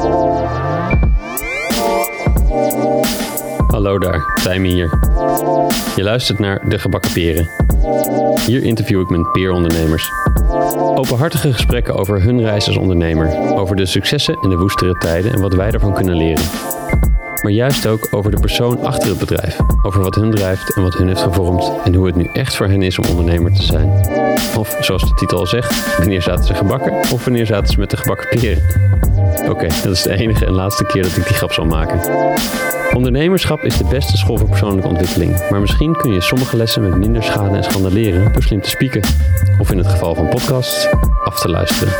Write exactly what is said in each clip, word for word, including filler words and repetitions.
Hallo daar, Tijmen hier. Je luistert naar De Gebakken Peren. Hier interview ik mijn peerondernemers. Openhartige gesprekken over hun reis als ondernemer, over de successen en de woestere tijden en wat wij daarvan kunnen leren. Maar juist ook over de persoon achter het bedrijf, over wat hun drijft en wat hun heeft gevormd en hoe het nu echt voor hen is om ondernemer te zijn. Of zoals de titel al zegt, wanneer zaten ze gebakken of wanneer zaten ze met de gebakken peren. Oké, okay, dat is de enige en laatste keer dat ik die grap zal maken. Ondernemerschap is de beste school voor persoonlijke ontwikkeling, maar misschien kun je sommige lessen met minder schade en schande leren door slim te spieken. Of in het geval van podcasts, af te luisteren.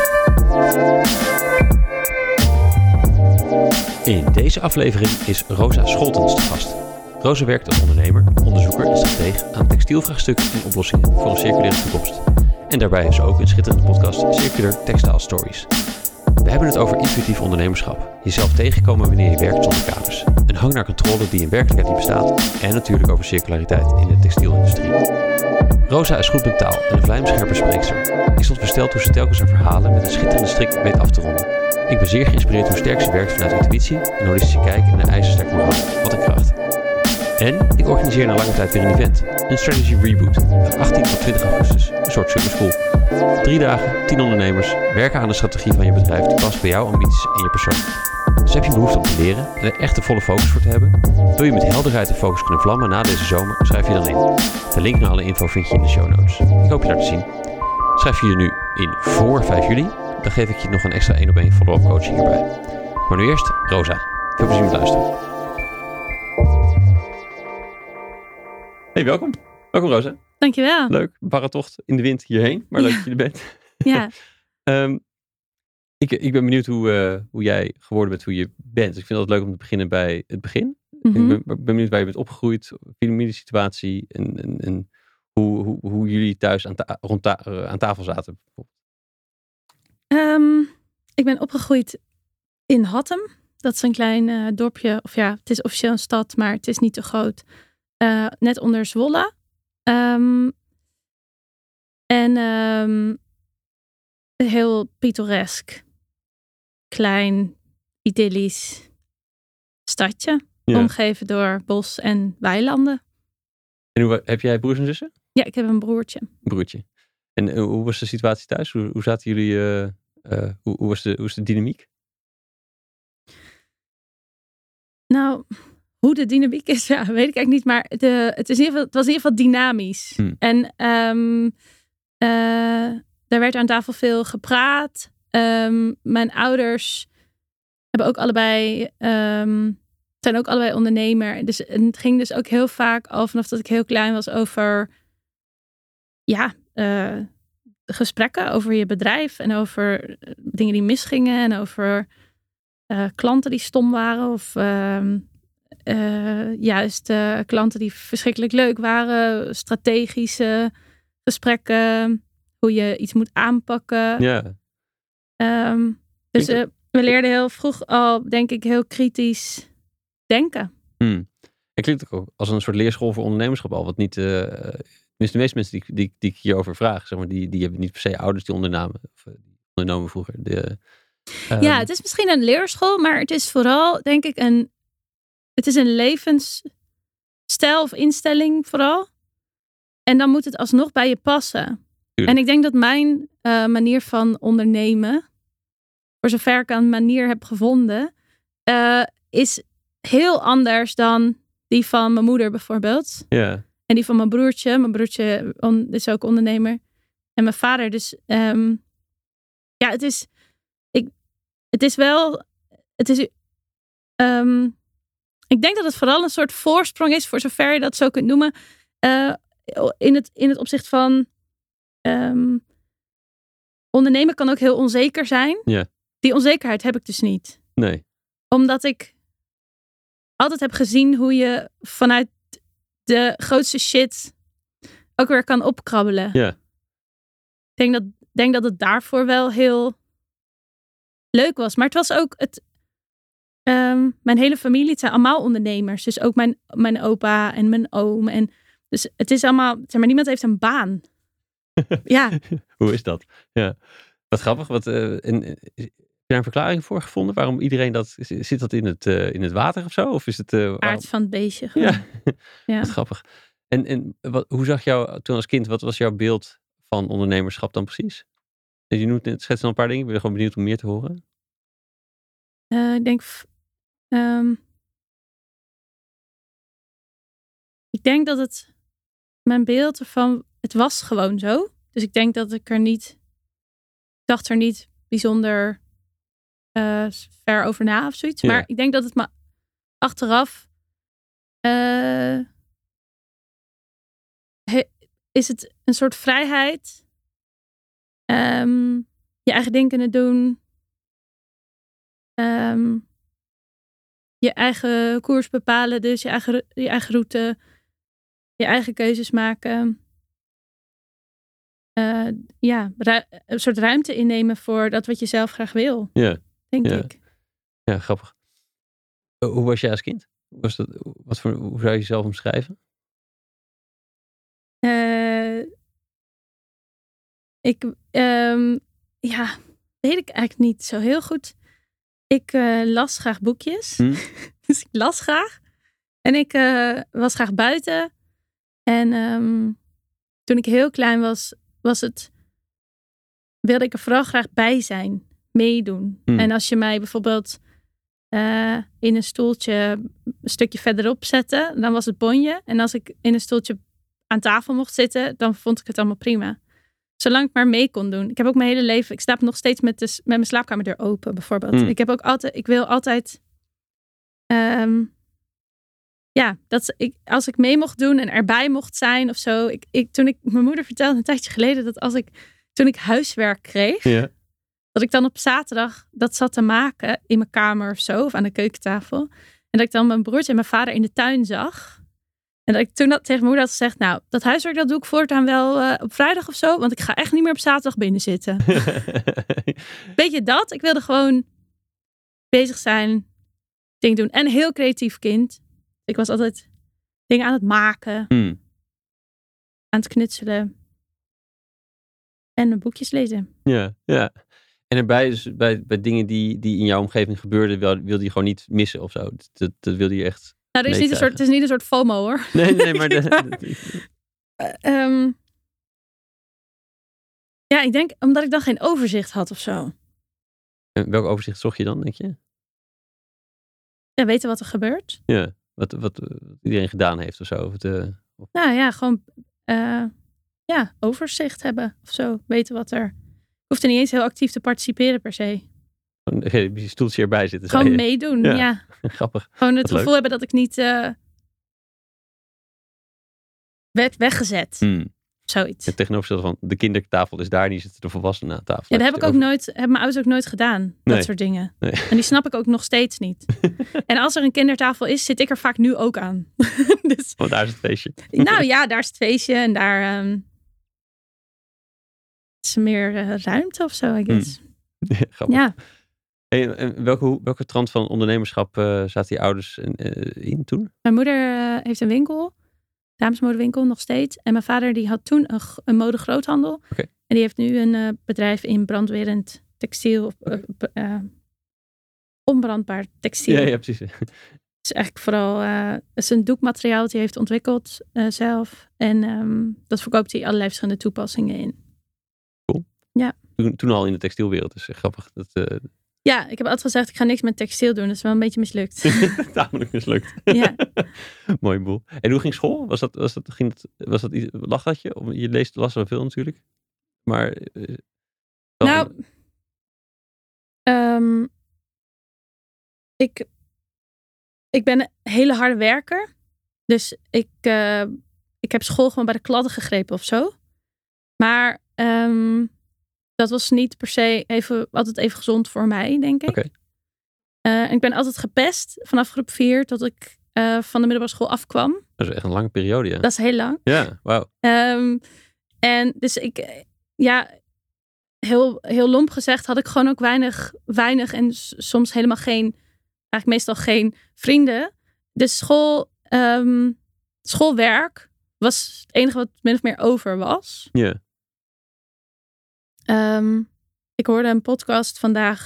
In deze aflevering is Rosa Scholtens te gast. Rosa werkt als ondernemer, onderzoeker en stratege aan textielvraagstukken en oplossingen voor een circulaire toekomst. En daarbij heeft ze ook een schitterende podcast Circular Textile Stories. We hebben het over intuïtief ondernemerschap, jezelf tegenkomen wanneer je werkt zonder kaders, een hang naar controle die in werkelijkheid niet bestaat en natuurlijk over circulariteit in de textielindustrie. Rosa is goed met taal en een vlijmscherpe spreekster. Ik stond versteld hoe ze telkens haar verhalen met een schitterende strik weet af te ronden. Ik ben zeer geïnspireerd hoe sterk ze werkt vanuit intuïtie, een holistische kijk en een ijzersterk moraal. Wat een kracht. En ik organiseer na lange tijd weer een event, een strategy reboot, van achttien tot twintig augustus, een soort superschool. Drie dagen, tien ondernemers, werken aan de strategie van je bedrijf die past bij jouw ambities en je persoon. Dus heb je behoefte om te leren en er echt de volle focus voor te hebben? Wil je met helderheid en focus kunnen vlammen na deze zomer? Schrijf je dan in. De link naar alle info vind je in de show notes. Ik hoop je daar te zien. Schrijf je je nu in voor vijf juli, dan geef ik je nog een extra één op één follow-up coaching hierbij. Maar nu eerst, Rosa. Veel plezier met luisteren. Hey, welkom. Welkom Rosa. Dankjewel. Leuk, barre tocht in de wind hierheen, maar leuk ja. dat je er bent. Ja. um, ik, ik ben benieuwd hoe, uh, hoe jij geworden bent, hoe je bent. Dus ik vind het leuk om te beginnen bij het begin. Mm-hmm. Ik ben, ben benieuwd waar je bent opgegroeid, familiesituatie en, en, en hoe, hoe, hoe jullie thuis aan, ta- rond ta- uh, aan tafel zaten. Um, ik ben opgegroeid in Hattem. Dat is een klein uh, dorpje, of ja, het is officieel een stad, maar het is niet te groot. Uh, net onder Zwolle. Um, en um, heel pittoresk. Klein, idyllisch stadje. Ja. Omgeven door bos en weilanden. En hoe, heb jij broers en zussen? Ja, ik heb een broertje. Een broertje. En uh, hoe was de situatie thuis? Hoe, hoe zaten jullie, uh, uh, hoe, hoe, was de, hoe was de dynamiek? Nou... Hoe de dynamiek is, ja, weet ik eigenlijk niet. Maar de, het, is in ieder geval, het was in ieder geval dynamisch. Hmm. En um, uh, er werd aan tafel veel gepraat. Um, mijn ouders hebben ook allebei, um, zijn ook allebei ondernemer. Dus het ging dus ook heel vaak al vanaf dat ik heel klein was over ja, uh, gesprekken over je bedrijf. En over dingen die misgingen. En over uh, klanten die stom waren. Of... Um, Uh, juist uh, klanten die verschrikkelijk leuk waren. Strategische gesprekken. Hoe je iets moet aanpakken. Ja. Um, dus uh, we leerden heel vroeg al, denk ik, heel kritisch denken. Hmm. Het klinkt ook als een soort leerschool voor ondernemerschap al. Wat niet... Uh, de meeste mensen die, die, die ik hierover vraag, zeg maar, die, die hebben niet per se ouders die ondernamen. Of ondernomen vroeger. De, um... Ja, het is misschien een leerschool, maar het is vooral, denk ik, een... Het is een levensstijl of instelling vooral. En dan moet het alsnog bij je passen. Tuurlijk. En ik denk dat mijn uh, manier van ondernemen, voor zover ik een manier heb gevonden, uh, is heel anders dan die van mijn moeder bijvoorbeeld. Ja. En die van mijn broertje. Mijn broertje on, is ook ondernemer. En mijn vader. Dus um, ja, het is, ik, het is wel, het is... Um, Ik denk dat het vooral een soort voorsprong is, voor zover je dat zo kunt noemen, uh, in, het, in het opzicht van um, ondernemen kan ook heel onzeker zijn. Ja. Die onzekerheid heb ik dus niet. Nee. Omdat ik altijd heb gezien hoe je vanuit de grootste shit ook weer kan opkrabbelen. Ja. Ik denk dat, denk dat het daarvoor wel heel leuk was. Maar het was ook het... Um, mijn hele familie, het zijn allemaal ondernemers. Dus ook mijn, mijn opa en mijn oom. En dus het is allemaal, zeg maar, niemand heeft een baan. Ja. Hoe is dat? Ja. Wat grappig. Wat, uh, en, je daar een verklaring voor gevonden? Waarom iedereen dat... Zit dat in het, uh, in het water of zo? Of is het... Uh, waarom... Aard van het beestje. Gewoon. Ja, ja. Wat grappig. En, en wat, hoe zag jou toen als kind... Wat was jouw beeld van ondernemerschap dan precies? Je noemt net, schetst al een paar dingen. Ik ben gewoon benieuwd om meer te horen. Uh, ik denk... Um, ik denk dat het... Mijn beeld ervan... Het was gewoon zo. Dus ik denk dat ik er niet... Ik dacht er niet bijzonder... Uh, ver over na of zoiets. Ja. Maar ik denk dat het me achteraf... Uh, he, is het een soort vrijheid... Um, je eigen ding kunnen doen... Um, je eigen koers bepalen, dus je eigen, je eigen route, je eigen keuzes maken. Uh, ja, ru- een soort ruimte innemen voor dat wat je zelf graag wil. Ja. Denk ja. ik. Ja, grappig. Uh, hoe was jij als kind? Was dat, wat voor, hoe zou je jezelf omschrijven? Uh, ik, um, ja, weet ik eigenlijk niet zo heel goed. Ik uh, las graag boekjes. Hm? Dus ik las graag. En ik uh, was graag buiten. En um, toen ik heel klein was, was het... wilde ik er vooral graag bij zijn. Meedoen. Hm. En als je mij bijvoorbeeld uh, in een stoeltje een stukje verderop zette, dan was het bonje. En als ik in een stoeltje aan tafel mocht zitten, dan vond ik het allemaal prima. Zolang ik maar mee kon doen. Ik heb ook mijn hele leven... Ik slaap nog steeds met, de, met mijn slaapkamerdeur open, bijvoorbeeld. Mm. Ik heb ook altijd... Ik wil altijd... Um, ja, dat ik, als ik mee mocht doen en erbij mocht zijn of zo. Ik, ik, toen ik... Mijn moeder vertelde een tijdje geleden dat als ik... Toen ik huiswerk kreeg... Yeah. Dat ik dan op zaterdag dat zat te maken in mijn kamer of zo. Of aan de keukentafel. En dat ik dan mijn broertje en mijn vader in de tuin zag... En dat ik toen dat tegen mijn moeder had gezegd... Nou, dat huiswerk dat doe ik voortaan wel uh, op vrijdag of zo. Want ik ga echt niet meer op zaterdag binnen zitten. Weet je dat? Ik wilde gewoon bezig zijn. Dingen doen. En een heel creatief kind. Ik was altijd dingen aan het maken. Mm. Aan het knutselen. En boekjes lezen. Ja, ja. En erbij, dus bij, bij dingen die, die in jouw omgeving gebeurden... wilde je gewoon niet missen of zo. Dat, dat wilde je echt... Nou, er is niet een soort, het is niet een soort FOMO hoor. Nee, nee, maar... De, de, de... Uh, um, ja, ik denk omdat ik dan geen overzicht had of zo. En welk overzicht zocht je dan, denk je? Ja, weten wat er gebeurt. Ja, wat, wat, wat iedereen gedaan heeft of zo. Of de, of... Nou ja, gewoon uh, ja, overzicht hebben of zo. Weten wat er... Je hoeft er niet eens heel actief te participeren per se. Een je stoeltje erbij zitten. Gewoon meedoen, ja. ja. Grappig. Gewoon het gevoel hebben dat ik niet uh, werd weggezet. Hmm. Zoiets. Het tegenovergestelde van de kindertafel is daar, die zitten de volwassenen aan tafel. Ja, dat heb ik ook over... nooit, hebben mijn ouders ook nooit gedaan. Dat nee. soort dingen. Nee. En die snap ik ook nog steeds niet. En als er een kindertafel is, zit ik er vaak nu ook aan. Dus, want daar is het feestje. Nou ja, daar is het feestje en daar um, is meer uh, ruimte of zo, I guess. Hmm. Ja, grappig. Ja. Hey, en welke, welke trant van ondernemerschap uh, zaten je ouders in, uh, in toen? Mijn moeder uh, heeft een winkel, damesmodewinkel nog steeds. En mijn vader die had toen een, een modegroothandel. Okay. En die heeft nu een uh, bedrijf in brandwerend textiel, okay. uh, uh, onbrandbaar textiel. Ja, ja, precies. Het is eigenlijk vooral uh, het is een doekmateriaal dat hij heeft ontwikkeld uh, zelf. En um, dat verkoopt hij allerlei verschillende toepassingen in. Cool. Ja. Toen, toen al in de textielwereld, dus grappig. Dat, uh, Ja, ik heb altijd gezegd, ik ga niks met textiel doen. Dat is wel een beetje mislukt. Tamelijk mislukt. Ja. Mooi boel. En hoe ging school? Was dat, was dat, ging het, was dat iets, lag dat je? Je leest, las wel veel natuurlijk. Maar... Uh, nou... Um, ik, ik ben een hele harde werker. Dus ik, uh, ik heb school gewoon bij de kladden gegrepen of zo. Maar... Um, Dat was niet per se even, altijd even gezond voor mij, denk ik. Okay. Uh, en ik ben altijd gepest vanaf groep vier tot ik uh, van de middelbare school afkwam. Dat is echt een lange periode, ja. Dat is heel lang. Ja, wauw. Um, en dus ik, ja, heel, heel lomp gezegd had ik gewoon ook weinig, weinig en soms helemaal geen, eigenlijk meestal geen vrienden. Dus school, um, schoolwerk was het enige wat min of meer over was. Ja. Um, ik hoorde een podcast vandaag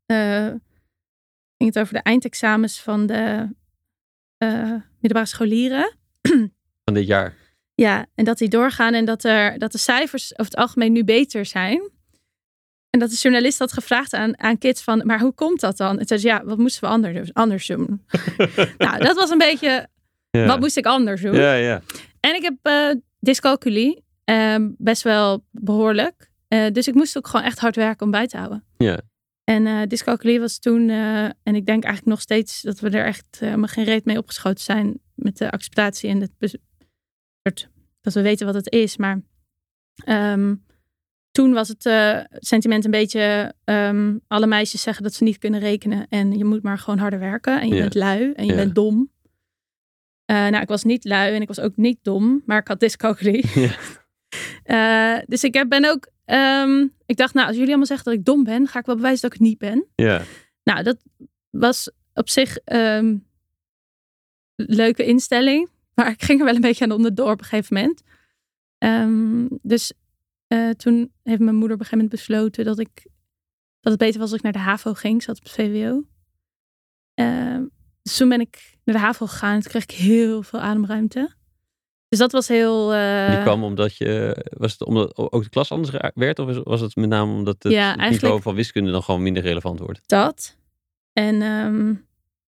uh, ging het over de eindexamens van de uh, middelbare scholieren. Van dit jaar? Ja, en dat die doorgaan en dat, er, dat de cijfers over het algemeen nu beter zijn. En dat de journalist had gevraagd aan, aan kids van, maar hoe komt dat dan? En zei ze, ja, wat moesten we anders doen? Anders doen? Nou, dat was een beetje, ja. Wat moest ik anders doen? Ja, ja. En ik heb uh, dyscalculie, uh, best wel behoorlijk. Uh, dus ik moest ook gewoon echt hard werken om bij te houden. Ja. En uh, dyscalculie was toen, uh, en ik denk eigenlijk nog steeds dat we er echt uh, maar geen reet mee opgeschoten zijn met de acceptatie en het be- dat we weten wat het is. Maar um, toen was het uh, sentiment een beetje, um, alle meisjes zeggen dat ze niet kunnen rekenen en je moet maar gewoon harder werken en je ja. bent lui en je ja. bent dom. Uh, nou, ik was niet lui en ik was ook niet dom, maar ik had dyscalculie. Ja. uh, dus ik heb, ben ook, um, ik dacht, nou, als jullie allemaal zeggen dat ik dom ben, ga ik wel bewijzen dat ik het niet ben. Ja. Nou, dat was op zich um, een leuke instelling, maar ik ging er wel een beetje aan onderdoor op een gegeven moment. Um, dus uh, toen heeft mijn moeder op een gegeven moment besloten dat ik dat het beter was als ik naar de HAVO ging. Ik zat op het V W O. Uh, dus toen ben ik naar de HAVO gegaan en toen kreeg ik heel veel ademruimte. Dus dat was heel... Uh... Die kwam omdat je... Was het omdat ook de klas anders werd? Of was het met name omdat het, ja, het niveau van wiskunde dan gewoon minder relevant wordt? Dat. En... Um...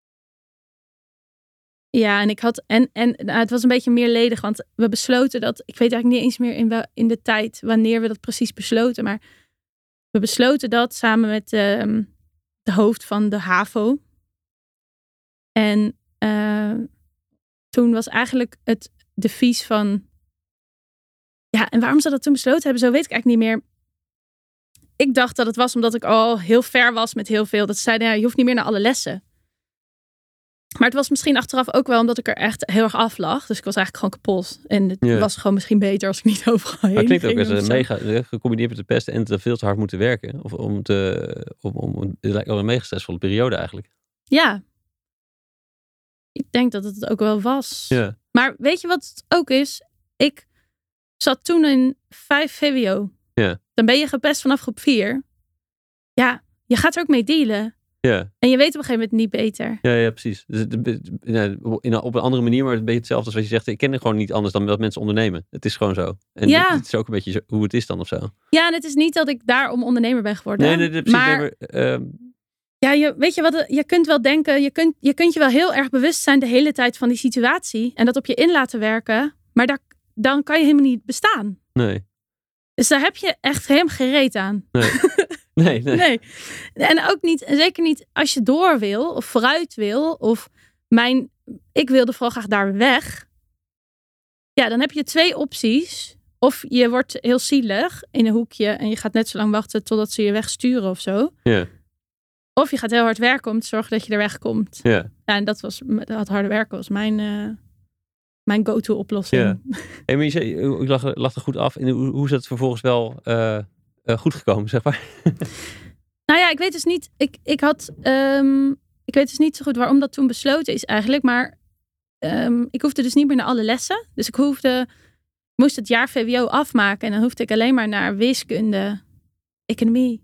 Ja, en ik had... En, en nou, het was een beetje meerledig, want we besloten dat... Ik weet eigenlijk niet eens meer in, wel, in de tijd wanneer we dat precies besloten. Maar we besloten dat samen met um, de hoofd van de HAVO. En uh, toen was eigenlijk het devies van... Ja, en waarom ze dat toen besloten hebben, zo weet ik eigenlijk niet meer. Ik dacht dat het was omdat ik al heel ver was met heel veel. Dat ze zeiden, ja, je hoeft niet meer naar alle lessen. Maar het was misschien achteraf ook wel omdat ik er echt heel erg af lag. Dus ik was eigenlijk gewoon kapot. En het ja. was gewoon misschien beter als ik niet overal heen ging. Het klinkt ook als een mega, gecombineerd met de pesten en te veel te hard moeten werken. Of om te, om, om, het lijkt wel een mega stressvolle periode eigenlijk. Ja. Ik denk dat het ook wel was. Ja. Maar weet je wat het ook is? Ik zat toen in vijf V W O. Ja. Dan ben je gepest vanaf groep vier. Ja, je gaat er ook mee dealen. Ja. En je weet op een gegeven moment niet beter. Ja, ja precies. Dus ja, op een andere manier, maar het is een beetje hetzelfde als wat je zegt. Ik ken het gewoon niet anders dan dat mensen ondernemen. Het is gewoon zo. En ja. het is ook een beetje zo, hoe het is dan of zo. Ja, en het is niet dat ik daarom ondernemer ben geworden. Nee, nee, nee precies. Maar, nee, maar, uh... ja, je, weet je wat? Je kunt wel denken, je kunt, je kunt je wel heel erg bewust zijn de hele tijd van die situatie. En dat op je in laten werken. Maar daar, dan kan je helemaal niet bestaan. Nee. Dus daar heb je echt helemaal geen reet aan. Nee. Nee, nee. nee. En ook niet, zeker niet als je door wil of vooruit wil. Of mijn, ik wilde vooral graag daar weg. Ja, dan heb je twee opties. Of je wordt heel zielig in een hoekje en je gaat net zo lang wachten totdat ze je wegsturen of zo. Ja. Of je gaat heel hard werken om te zorgen dat je er wegkomt. Ja. Ja, en dat was, dat harde werken was mijn, uh, mijn go-to oplossing. Ja. Hey, maar je zei, ik lag, lag er goed af. En hoe, hoe is het vervolgens wel... Uh... Uh, goed gekomen, zeg maar. Nou ja, ik weet dus niet. Ik, ik had. Um, ik weet dus niet zo goed waarom dat toen besloten is eigenlijk. Maar um, ik hoefde dus niet meer naar alle lessen. Dus ik hoefde. Moest het jaar V W O afmaken. En dan hoefde ik alleen maar naar wiskunde, economie.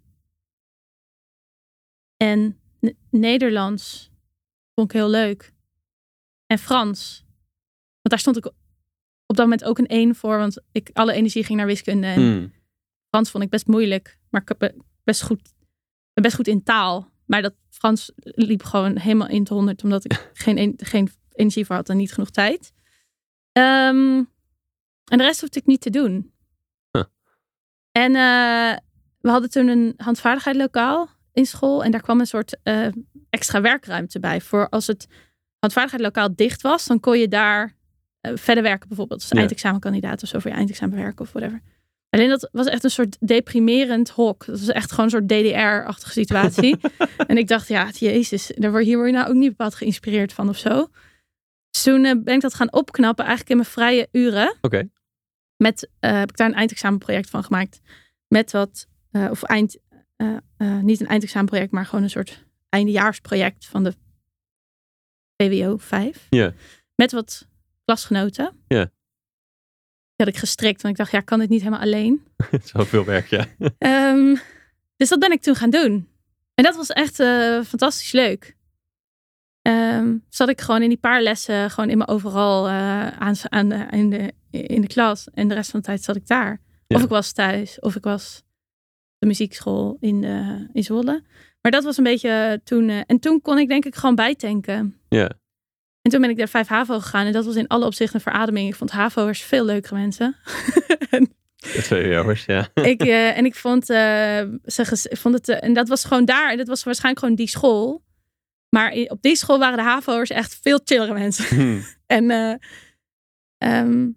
En n- Nederlands. Vond ik heel leuk. En Frans. Want daar stond ik op dat moment ook een één voor. Want ik, alle energie ging naar wiskunde. En mm. Frans vond ik best moeilijk, maar ik ben best goed, ben best goed in taal. Maar dat Frans liep gewoon helemaal in het honderd, omdat ik geen, geen energie voor had en niet genoeg tijd. Um, en de rest hoefde ik niet te doen. Huh. En uh, we hadden toen een handvaardigheidlokaal in school en daar kwam een soort uh, extra werkruimte bij. Voor als het handvaardigheidlokaal dicht was, dan kon je daar uh, verder werken bijvoorbeeld. Als ja. eindexamenkandidaat of zo voor je eindexamenwerk of whatever. Alleen dat was echt een soort deprimerend hok. Dat was echt gewoon een soort D D R-achtige situatie. En ik dacht, ja, jezus, hier word je nou ook niet bepaald geïnspireerd van of zo. Dus toen uh, ben ik dat gaan opknappen, eigenlijk in mijn vrije uren. Oké. Okay. Met, uh, heb ik daar een eindexamenproject van gemaakt. Met wat, uh, of eind, uh, uh, niet een eindexamenproject, maar gewoon een soort eindejaarsproject van de V W O vijf. Ja. Yeah. Met wat klasgenoten. Ja. Yeah. Die had ik gestrikt, want ik dacht, ja, ik kan dit niet helemaal alleen. Zoveel werk, ja. Um, dus dat ben ik toen gaan doen. En En dat was echt uh, fantastisch leuk. Um, zat ik gewoon in die paar lessen, gewoon in mijn overal uh, aan, aan de, in, de, in de klas. En de rest van de tijd zat ik daar. Ja. Of ik was thuis, of ik was de muziekschool in, uh, in Zwolle. Maar dat was een beetje toen... Uh, en toen kon ik denk ik gewoon bijtanken. Ja. En toen ben ik naar vijf HAVO gegaan. En dat was in alle opzichten een verademing. Ik vond HAVO'ers veel leukere mensen. Dat VWO'ers, ja. ik, uh, en ik vond, uh, ze, vond het... Uh, en dat was gewoon daar. En dat was waarschijnlijk gewoon die school. Maar op die school waren de HAVO'ers echt veel chillere mensen. Hmm. en uh, um,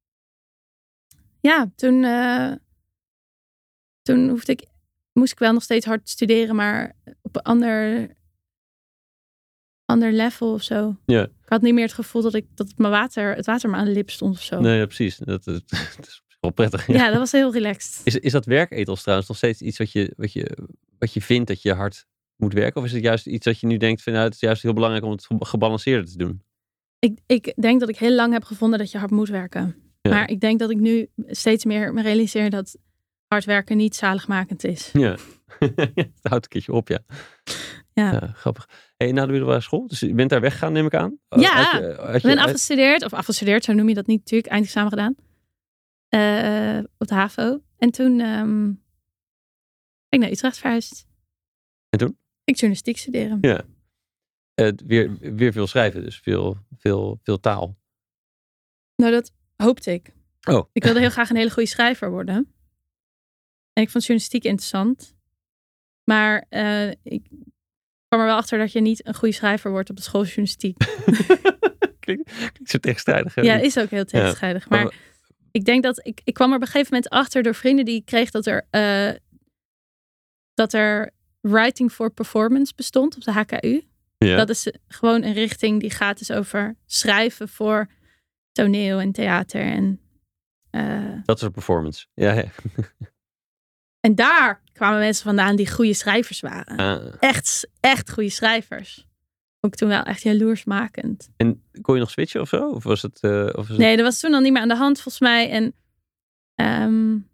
ja, toen, uh, toen hoefde ik, moest ik wel nog steeds hard studeren, maar op een ander, ander level of zo. Ja. Ik had niet meer het gevoel dat, ik, dat het, mijn water, het water me aan de lip stond of zo. Nee, ja, precies. Dat, dat, dat is wel prettig. Ja. ja, dat was heel relaxed. Is, is dat werkethos trouwens nog steeds iets wat je, wat, je, wat je vindt dat je hard moet werken? Of is het juist iets dat je nu denkt van nou, het is juist heel belangrijk om het gebalanceerder te doen? Ik, ik denk dat ik heel lang heb gevonden dat je hard moet werken. Ja. Maar ik denk dat ik nu steeds meer me realiseer dat hard werken niet zaligmakend is. Ja, dat houdt een keertje op, ja. Ja, ja grappig. Hey, na de middelbare school, dus je bent daar weggegaan, neem ik aan? Ja, had je, had je, ik ben afgestudeerd. Of afgestudeerd, zo noem je dat niet natuurlijk. Eindexamen gedaan. Uh, op de HAVO. En toen um, ben ik naar Utrecht verhuisd. En toen? Ik journalistiek studeren. Ja. Uh, weer, weer veel schrijven, dus veel, veel, veel taal. Nou, dat hoopte ik. Oh. Ik wilde heel graag een hele goede schrijver worden. En ik vond journalistiek interessant. Maar uh, ik kwam er wel achter dat je niet een goede schrijver wordt op de school journalistiek. klinkt, klinkt zo tegenstrijdig. Hè? Ja, is ook heel tegenstrijdig. Ja. Maar, maar ik denk dat ik, ik kwam er op een gegeven moment achter door vrienden die ik kreeg dat er, uh, dat er Writing for Performance bestond op de H K U. Ja. Dat is gewoon een richting die gaat dus over schrijven voor toneel en theater. En, uh, dat is een performance. Ja, ja. En daar kwamen mensen vandaan die goede schrijvers waren. Ah. Echt, echt goede schrijvers. Ook toen wel echt jaloersmakend. En kon je nog switchen of zo? Of was het, uh, of was het... Nee, dat was toen al niet meer aan de hand volgens mij. En um,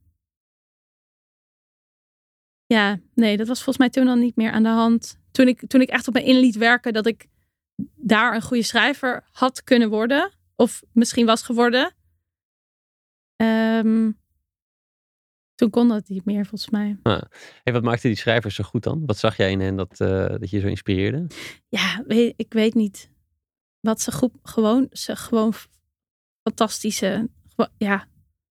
ja, nee, dat was volgens mij toen al niet meer aan de hand. Toen ik, toen ik echt op me in liet werken dat ik daar een goede schrijver had kunnen worden. Of misschien was geworden. Um, toen kon dat niet meer volgens mij. Ah. Hey, wat maakte die schrijvers zo goed dan? Wat zag jij in hen dat, uh, dat je zo inspireerde? Ja, weet, ik weet niet. Wat ze goed, gewoon, ze gewoon fantastische, ja.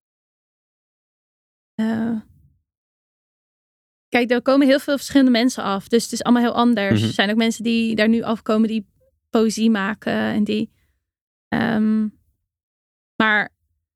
Uh, kijk, er komen heel veel verschillende mensen af. Dus het is allemaal heel anders. Mm-hmm. Er zijn ook mensen die daar nu afkomen die poëzie maken. En die... Um, maar...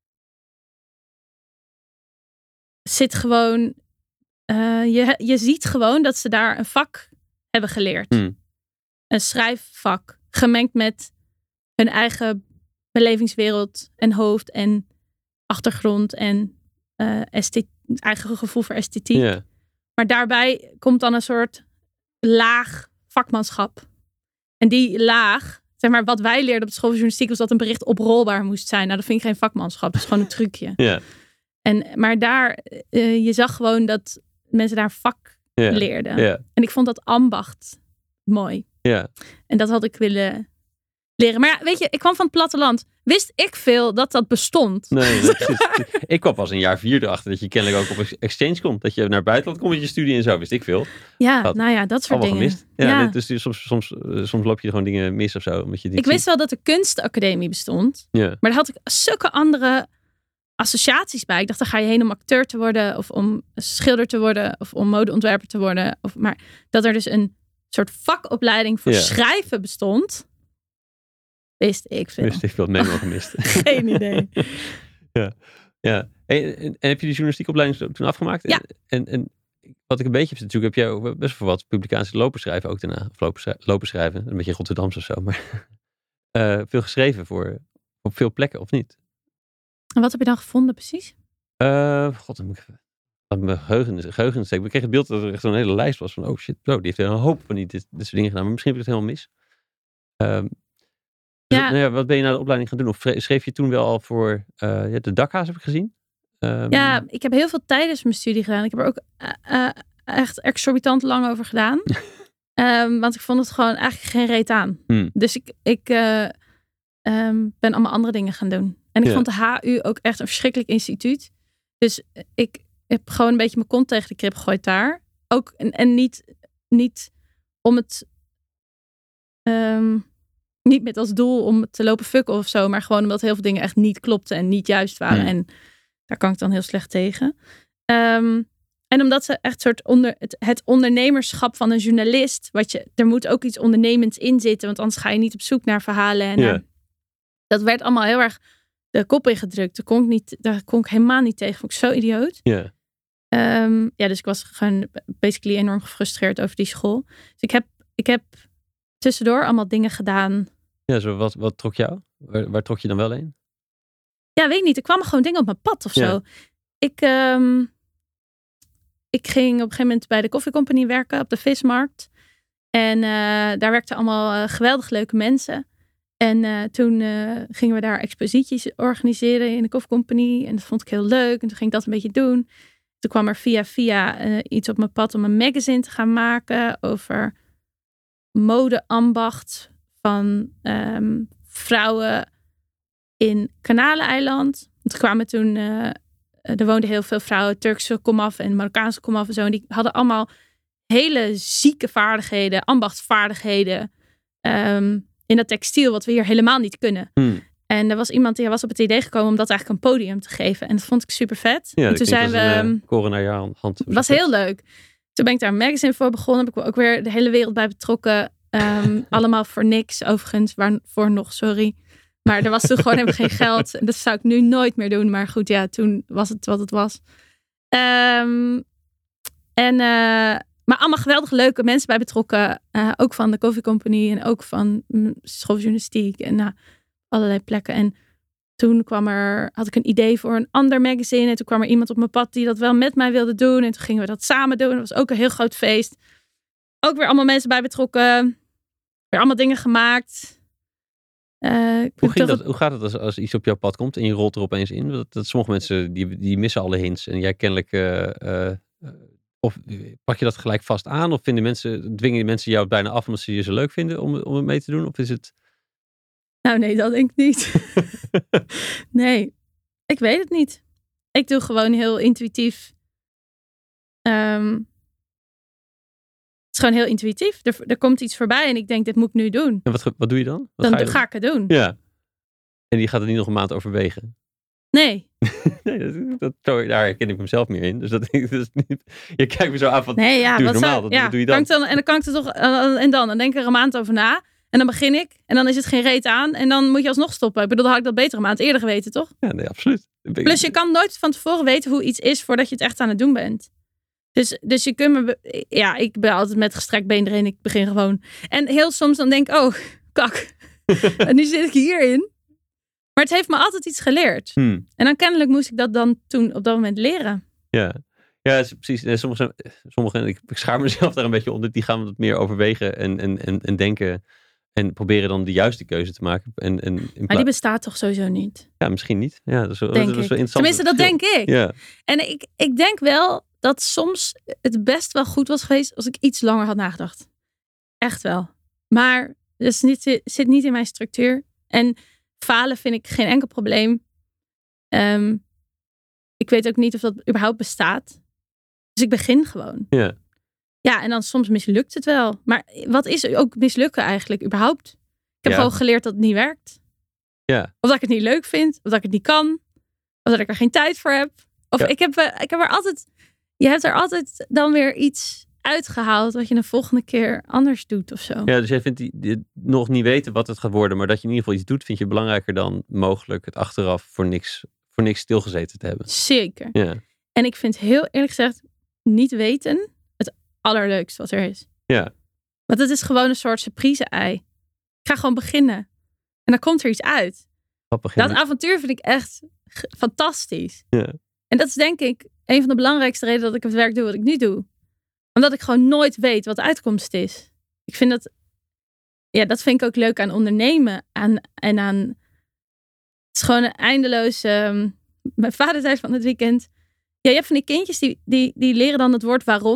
zit gewoon... Uh, je, je ziet gewoon dat ze daar een vak hebben geleerd. Mm. Een schrijfvak. Gemengd met hun eigen belevingswereld en hoofd en achtergrond en uh, esthetiek, eigen gevoel voor esthetiek. Yeah. Maar daarbij komt dan een soort laag vakmanschap. En die laag, zeg maar, wat wij leerden op de school van journalistiek was dat een bericht oprolbaar moest zijn. Nou, dat vind ik geen vakmanschap. Dat is gewoon een trucje. Yeah. En, maar daar, uh, je zag gewoon dat mensen daar vak yeah. leerden. Yeah. En ik vond dat ambacht mooi. Yeah. En dat had ik willen leren. Maar ja, weet je, ik kwam van het platteland. Wist ik veel dat dat bestond? Nee, dat is, ik kwam pas een jaar vier erachter dat je kennelijk ook op exchange komt. Dat je naar het buitenland komt met je studie en zo. Wist ik veel. Ja, dat nou ja, dat soort dingen. Gemist. Ja, ja. Dus soms, soms, soms loop je gewoon dingen mis of zo. Omdat je ik wist wel dat de kunstacademie bestond. Ja. Maar daar had ik zulke andere associaties bij. Ik dacht, dan ga je heen om acteur te worden. Of om schilder te worden. Of om modeontwerper te worden. Of, maar dat er dus een soort vakopleiding voor ja. schrijven bestond. Wist ik veel. Wist ik veel, nee, maar gemist. Geen idee. ja, ja. En, en, en heb je die journalistiekopleiding toen afgemaakt? Ja. En, en wat ik een beetje heb natuurlijk, heb jij ook best wel wat publicaties lopen schrijven ook daarna. Of lopen, schrijven, lopen schrijven, een beetje Rotterdams of zo. Maar uh, veel geschreven voor op veel plekken, of niet? En wat heb je dan gevonden precies? Uh, God, dan moet ik even... Mijn geheugen, geheugen steken. Ik kreeg het beeld dat er echt zo'n hele lijst was van oh shit, oh, die heeft een hoop van die, dit, dit soort dingen gedaan. Maar misschien heb ik het helemaal mis. Um, dus, ja. Nou ja, wat ben je na de opleiding gaan doen? Of schreef je toen wel al voor uh, ja, de dakhaas, heb ik gezien? Um, ja, ik heb heel veel tijdens mijn studie gedaan. Ik heb er ook uh, uh, echt exorbitant lang over gedaan. Um, want ik vond het gewoon eigenlijk geen reet aan. Hmm. Dus ik, ik uh, um, ben allemaal andere dingen gaan doen. En ik ja. vond de H U ook echt een verschrikkelijk instituut. Dus ik heb gewoon een beetje mijn kont tegen de krip gegooid daar. Ook, en, en niet, niet om het... Um, niet met als doel om te lopen fucken of zo. Maar gewoon omdat heel veel dingen echt niet klopten en niet juist waren. Hmm. En daar kan ik dan heel slecht tegen. Um, en omdat ze echt soort onder het, het ondernemerschap van een journalist. Wat je, er moet ook iets ondernemends in zitten. Want anders ga je niet op zoek naar verhalen. En, yeah. uh, dat werd allemaal heel erg de kop ingedrukt. Daar kon ik, niet, daar kon ik helemaal niet tegen. Vond ik zo idioot. Yeah. Um, ja, dus ik was gewoon basically enorm gefrustreerd over die school. Dus ik heb, ik heb tussendoor allemaal dingen gedaan. Ja, zo wat, wat trok jou? Waar, waar trok je dan wel heen? Ja, weet ik niet. Er kwamen gewoon dingen op mijn pad of zo. Ja. Ik... Um, Ik ging op een gegeven moment bij de koffiecompagnie werken op de vismarkt. En uh, daar werkten allemaal uh, geweldig leuke mensen. En uh, toen uh, gingen we daar exposities organiseren in de koffiecompagnie. En dat vond ik heel leuk. En toen ging ik dat een beetje doen. Toen kwam er via via uh, iets op mijn pad om een magazine te gaan maken over modeambacht van um, vrouwen in Kanaleneiland. Toen kwamen toen... Uh, Er woonden heel veel vrouwen, Turkse komaf en Marokkaanse komaf en zo. En die hadden allemaal hele zieke vaardigheden, ambachtsvaardigheden um, in dat textiel, wat we hier helemaal niet kunnen. Hmm. En er was iemand die was op het idee gekomen om dat eigenlijk een podium te geven. En dat vond ik super vet. Ja, en toen zijn we. Een, uh, koren naar je hand. Was heel leuk. Toen ben ik daar een magazine voor begonnen. Heb ik ook weer de hele wereld bij betrokken. Um, allemaal voor niks, overigens. Waarvoor nog, sorry. Maar er was toen gewoon helemaal geen geld. En dat zou ik nu nooit meer doen. Maar goed, ja, toen was het wat het was. Um, en, uh, maar allemaal geweldig leuke mensen bij betrokken. Uh, ook van de Coffee Company en ook van schooljournalistiek en uh, allerlei plekken. En toen kwam er, had ik een idee voor een ander magazine. En toen kwam er iemand op mijn pad die dat wel met mij wilde doen. En toen gingen we dat samen doen. Dat was ook een heel groot feest. Ook weer allemaal mensen bij betrokken. Weer allemaal dingen gemaakt. Uh, hoe, ging dat, het... hoe gaat het als, als iets op jouw pad komt en je rolt er opeens in? Dat, dat sommige mensen die, die missen alle hints en jij kennelijk uh, uh, of pak je dat gelijk vast aan of vinden mensen, dwingen die mensen jou bijna af omdat ze je zo leuk vinden om, om het mee te doen? Of is het... Nou nee, dat denk ik niet. Nee, ik weet het niet. Ik doe gewoon heel intuïtief. Um, Het is gewoon heel intuïtief. Er, er komt iets voorbij en ik denk, dit moet ik nu doen. En wat, wat doe je dan? Wat dan ga, je ga ik het doen. Ja. En die gaat er niet nog een maand overwegen? Nee. nee, dat, dat, daar herken ik mezelf meer in. Dus dat, dat is niet... Je kijkt me zo aan van, nee, ja, doe wat normaal, zou, dat, ja, wat doe je dan? dan? En dan kan ik er toch... Uh, en dan, dan denk ik er een maand over na. En dan begin ik. En dan is het geen reet aan. En dan moet je alsnog stoppen. Ik bedoel, dan had ik dat beter een maand eerder geweten, toch? Ja, nee, absoluut. Plus je kan nooit van tevoren weten hoe iets is voordat je het echt aan het doen bent. Dus, dus je kunt me... Be- ja, ik ben altijd met gestrekt been erin. Ik begin gewoon. En heel soms dan denk ik, oh, kak. En nu zit ik hierin. Maar het heeft me altijd iets geleerd. Hmm. En dan kennelijk moest ik dat dan toen op dat moment leren. Ja, ja precies. Sommige, sommige ik, ik schaar mezelf daar een beetje onder. Die gaan wat meer overwegen en, en, en, en denken. En proberen dan de juiste keuze te maken. En, en in pla- maar die bestaat toch sowieso niet? Ja, misschien niet. Ja, dat is wel, denk dat is wel ik. Tenminste, dat verschil. denk ik. Ja. En ik, ik denk wel dat soms het best wel goed was geweest als ik iets langer had nagedacht. Echt wel. Maar dat is niet, zit niet in mijn structuur. En falen vind ik geen enkel probleem. Um, ik weet ook niet of dat überhaupt bestaat. Dus ik begin gewoon. Ja. Ja, en dan soms mislukt het wel. Maar wat is ook mislukken eigenlijk überhaupt? Ik heb ja. gewoon geleerd dat het niet werkt. Ja. Of dat ik het niet leuk vind. Of dat ik het niet kan. Of dat ik er geen tijd voor heb. Of ja. ik, heb, ik heb er altijd... Je hebt er altijd dan weer iets uitgehaald wat je de volgende keer anders doet of zo. Ja, dus jij vindt die, die nog niet weten wat het gaat worden, maar dat je in ieder geval iets doet, vind je belangrijker dan mogelijk het achteraf voor niks, voor niks stilgezeten te hebben. Zeker. Ja. En ik vind heel eerlijk gezegd niet weten het allerleukste wat er is. Ja. Want het is gewoon een soort surprise-ei. Ik ga gewoon beginnen. En dan komt er iets uit. Dat avontuur vind ik echt g- fantastisch. Ja. En dat is denk ik een van de belangrijkste redenen dat ik het werk doe wat ik nu doe. Omdat ik gewoon nooit weet wat de uitkomst is. Ik vind dat... Ja, dat vind ik ook leuk aan ondernemen. Aan, en aan... Het is gewoon een eindeloos... Um, mijn vader zei van het weekend... Ja, je hebt van die kindjes die, die, die leren dan het woord waarom.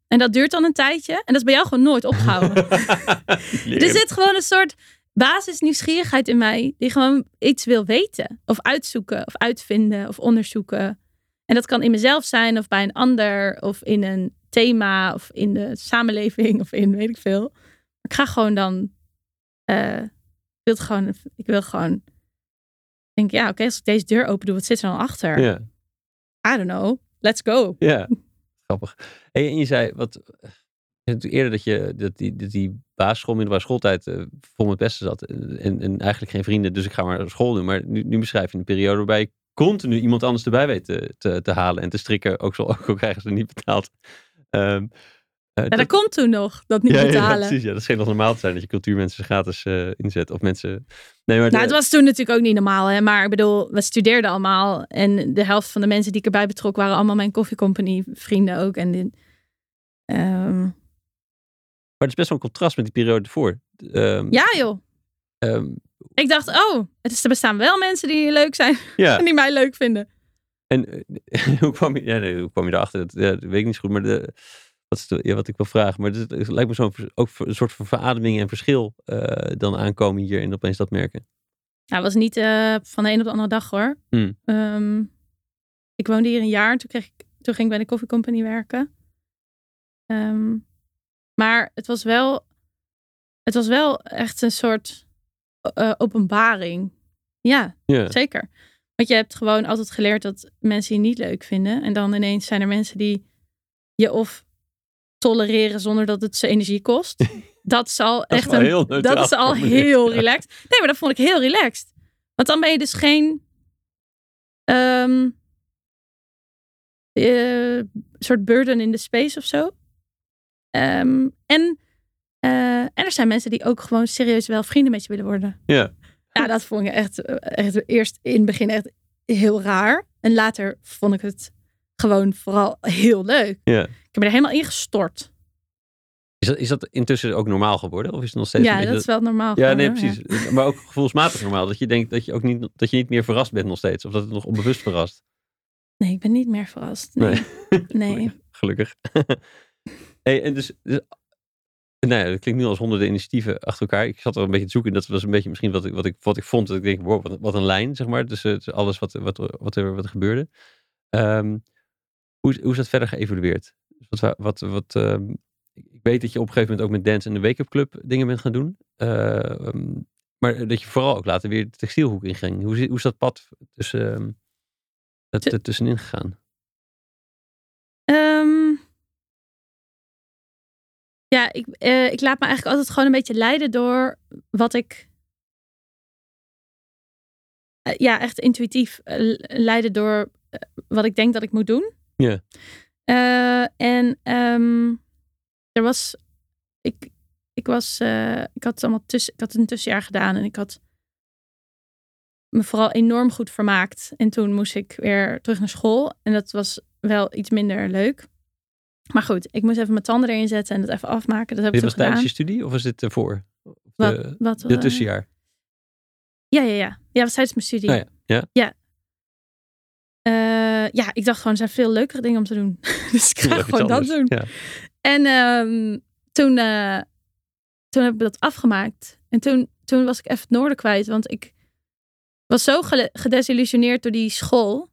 En dat duurt dan een tijdje. En dat is bij jou gewoon nooit opgehouden. Er zit gewoon een soort basisnieuwsgierigheid in mij. Die gewoon iets wil weten. Of uitzoeken. Of uitvinden. Of onderzoeken. En dat kan in mezelf zijn. Of bij een ander. Of in een thema. Of in de samenleving. Of in weet ik veel. Maar ik ga gewoon dan. Uh, ik, wil het gewoon, ik wil gewoon. Denk ja oké. Okay, als ik deze deur open doe. Wat zit er dan achter? Ja. I don't know. Let's go. Ja. Grappig. Hey, en je zei. Wat, eerder dat je. Dat die, dat die basisschool. Middelbare schooltijd. Uh, vol met pesten zat. En, en eigenlijk geen vrienden. Dus ik ga maar naar school doen. Maar nu, nu beschrijf je een periode. Waarbij je continu iemand anders erbij weet te, te, te halen. En te strikken. Ook, zo, ook al krijgen ze niet betaald. Um, Uh, ja, dat, dat komt toen nog, dat niet ja, betalen. Ja, precies. Ja, dat schijnt nog normaal te zijn dat je cultuurmensen gratis uh, inzet. Of mensen... Nee, maar nou, de... het was toen natuurlijk ook niet normaal. Hè? Maar ik bedoel, we studeerden allemaal. En de helft van de mensen die ik erbij betrok waren allemaal mijn koffiecompany vrienden ook. En die, um... Maar het is best wel een contrast met die periode ervoor. Um, ja joh. Um... Ik dacht, oh, het is, er bestaan wel mensen die leuk zijn. Ja. En die mij leuk vinden. En uh, hoe, kwam je, ja, nee, hoe kwam je erachter? Dat, ja, dat weet ik niet zo goed, maar... De... Dat is de, ja, wat ik wil vragen. Maar het, het lijkt me zo'n ook een soort van verademing en verschil uh, dan aankomen hier en opeens dat merken. Nou, het was niet uh, van de een op de andere dag hoor. Hmm. Um, ik woonde hier een jaar en toen, kreeg ik, toen ging ik bij de Coffee Company werken. Um, maar het was wel, het was wel echt een soort uh, openbaring. Ja, yeah. Zeker. Want je hebt gewoon altijd geleerd dat mensen je niet leuk vinden. En dan ineens zijn er mensen die je of tolereren zonder dat het ze energie kost. Dat is al dat echt is een. Dat is al heel relaxed. Nee, maar dat vond ik heel relaxed. Want dan ben je dus geen. Um, uh, soort burden in the space of zo. Um, en, uh, en er zijn mensen die ook gewoon serieus wel vrienden met je willen worden. Ja. Ja, dat vond ik echt, echt eerst in het begin echt heel raar. En later vond ik het gewoon vooral heel leuk. Ja. Ik heb er helemaal ingestort. Is dat, is dat intussen ook normaal geworden? Of is het nog steeds ja, een dat dat... is wel normaal Ja, geworden, nee, precies. Ja. Maar ook gevoelsmatig normaal. Dat je denkt dat je ook niet, dat je niet meer verrast bent nog steeds. Of dat het nog onbewust verrast. Nee, ik ben niet meer verrast. Nee. Nee. nee. Gelukkig. Hey, en dus... dus nou ja, dat klinkt nu als honderden initiatieven achter elkaar. Ik zat er een beetje te zoeken. Dat was een beetje misschien wat ik, wat ik, wat ik vond. Dat ik denk, wow, wat, wat een lijn, zeg maar. Tussen, tussen alles wat, wat, wat, er, wat er gebeurde. Um, hoe, hoe is dat verder geëvolueerd? Wat, wat, wat, um, ik weet dat je op een gegeven moment ook met Dance en de Wake Up Club dingen bent gaan doen. Uh, um, maar dat je vooral ook later weer de textielhoek inging. Hoe, hoe is dat pad tussen, um, dat, T- tussenin gegaan? Um, ja, ik, uh, ik laat me eigenlijk altijd gewoon een beetje leiden door wat ik... Uh, ja, echt intuïtief uh, leiden door uh, wat ik denk dat ik moet doen. Ja. Uh, en um, er was... Ik, ik was... Uh, ik had allemaal tussen, ik had een tussenjaar gedaan en ik had me vooral enorm goed vermaakt. En toen moest ik weer terug naar school. En dat was wel iets minder leuk. Maar goed, ik moest even mijn tanden erin zetten en dat even afmaken. Dat heb dit ik was toen tijdens gedaan. je studie of was dit ervoor? De, wat, wat, de tussenjaar? Ja, ja, ja. Ja, was tijdens mijn studie. Oh ja. Ja. Ja. Uh, ja, ik dacht gewoon, er zijn veel leukere dingen om te doen. Dus ik ga ja, gewoon dat doen. Ja. En um, toen, uh, toen heb ik dat afgemaakt. En toen, toen was ik even het noorden kwijt. Want ik was zo ge- gedesillusioneerd door die school.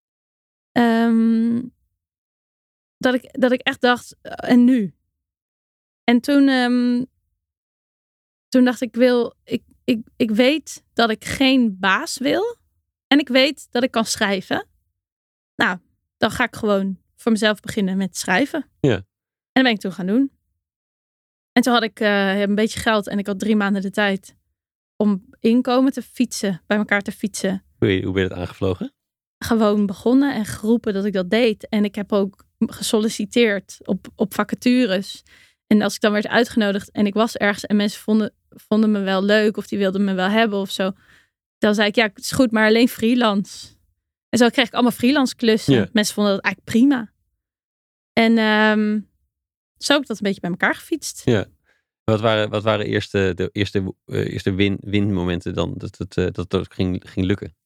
Um, dat, ik, dat ik echt dacht, uh, en nu? En toen, um, toen dacht ik, wil, ik, ik, ik weet dat ik geen baas wil. En ik weet dat ik kan schrijven. Nou, dan ga ik gewoon voor mezelf beginnen met schrijven. Ja. En dat ben ik toen gaan doen. En toen had ik uh, een beetje geld en ik had drie maanden de tijd om inkomen te fietsen, bij elkaar te fietsen. Hoe, hoe ben je dat aangevlogen? Gewoon begonnen en geroepen dat ik dat deed. En ik heb ook gesolliciteerd op, op vacatures. En als ik dan werd uitgenodigd en ik was ergens en mensen vonden, vonden me wel leuk of die wilden me wel hebben of zo. Dan zei ik, ja, het is goed, maar alleen freelance. En zo kreeg ik allemaal freelance klussen. Yeah. Mensen vonden dat eigenlijk prima. En um, zo heb ik dat een beetje bij elkaar gefietst. Ja. Yeah. Wat waren, wat waren eerst de, de eerste, uh, eerste win, winmomenten dan dat het, uh, dat het ging, ging lukken?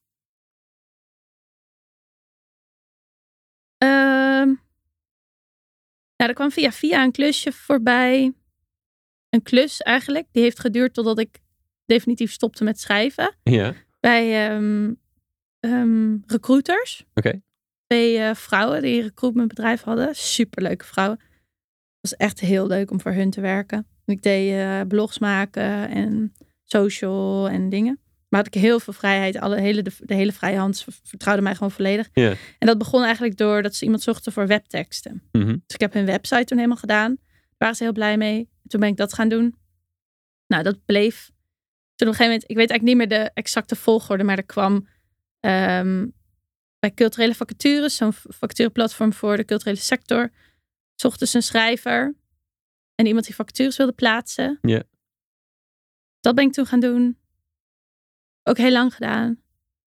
Um, er kwam via via een klusje voorbij. Een klus eigenlijk. Die heeft geduurd totdat ik definitief stopte met schrijven. Ja. Bij um, um, recruiters. Oké. Okay. Twee uh, vrouwen die een recruitmentbedrijf hadden. Superleuke vrouwen. Het was echt heel leuk om voor hun te werken. Ik deed uh, blogs maken en social en dingen. Maar had ik heel veel vrijheid. Alle, hele, de, de hele vrije hand vertrouwde mij gewoon volledig. Yeah. En dat begon eigenlijk door dat ze iemand zochten voor webteksten. Mm-hmm. Dus ik heb hun website toen helemaal gedaan. Daar waren ze heel blij mee. Toen ben ik dat gaan doen. Nou, dat bleef. Toen op een gegeven moment, ik weet eigenlijk niet meer de exacte volgorde, maar er kwam um, bij culturele vacatures, zo'n vacatureplatform voor de culturele sector, zochten ze een schrijver en iemand die vacatures wilde plaatsen. Ja. Yeah. Dat ben ik toen gaan doen. Ook heel lang gedaan.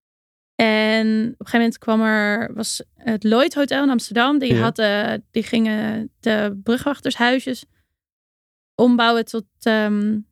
En op een gegeven moment kwam er, was het Lloyd Hotel in Amsterdam. Die, ja. hadden, die gingen de brugwachtershuisjes ombouwen tot um,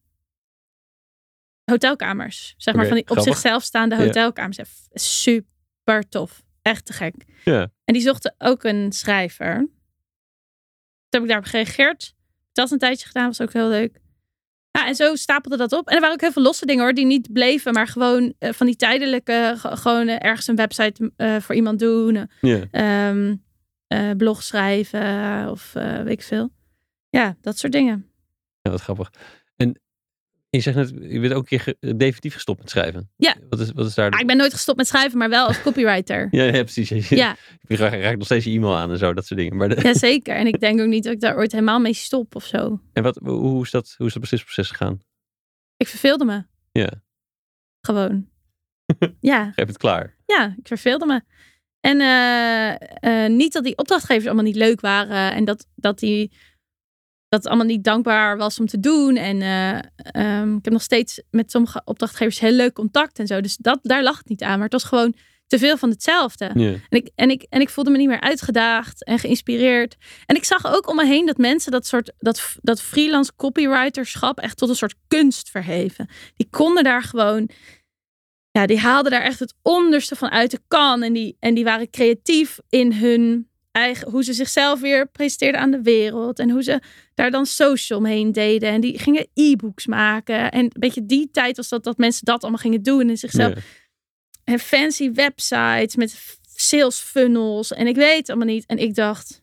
hotelkamers. Zeg maar, okay, van die grappig. op zichzelf staande hotelkamers. Ja. Super tof. Echt te gek. Ja. En die zochten ook een schrijver. Toen heb ik daarop gereageerd. Dat een tijdje gedaan, was ook heel leuk. Ja, en zo stapelde dat op. En er waren ook heel veel losse dingen hoor, die niet bleven. Maar gewoon uh, van die tijdelijke, g- gewoon uh, ergens een website uh, voor iemand doen. Uh, yeah. um, uh, blog schrijven of uh, weet ik veel. Ja, dat soort dingen. Ja, wat grappig. En je zegt net, je bent ook een keer ge- definitief gestopt met schrijven. Ja. Wat is, wat is daar de... ah, ik ben nooit gestopt met schrijven, maar wel als copywriter. ja, ja, precies. Je, ja. je raakt nog steeds je e-mail aan en zo, dat soort dingen. Maar de... Ja, zeker. En ik denk ook niet dat ik daar ooit helemaal mee stop of zo. En wat, hoe is dat, hoe is dat beslisproces gegaan? Ik verveelde me. Ja. Gewoon. ja. Geef het klaar. Ja, ik verveelde me. En uh, uh, niet dat die opdrachtgevers allemaal niet leuk waren. En dat, dat, die, dat het allemaal niet dankbaar was om te doen. En uh, um, ik heb nog steeds met sommige opdrachtgevers heel leuk contact en zo. Dus dat, daar lag het niet aan. Maar het was gewoon te veel van hetzelfde. Yeah. En, ik, en, ik, en ik voelde me niet meer uitgedaagd en geïnspireerd. En ik zag ook om me heen dat mensen dat soort dat, dat freelance copywriterschap echt tot een soort kunst verheven. Die konden daar gewoon... Ja, die haalden daar echt het onderste van uit de kan. En die, en die waren creatief in hun eigen... Hoe ze zichzelf weer presenteerden aan de wereld. En hoe ze daar dan social omheen deden. En die gingen e-books maken. En een beetje die tijd was dat, dat mensen dat allemaal gingen doen. En zichzelf... Yeah. En fancy websites met sales funnels. En ik weet het allemaal niet. En ik dacht...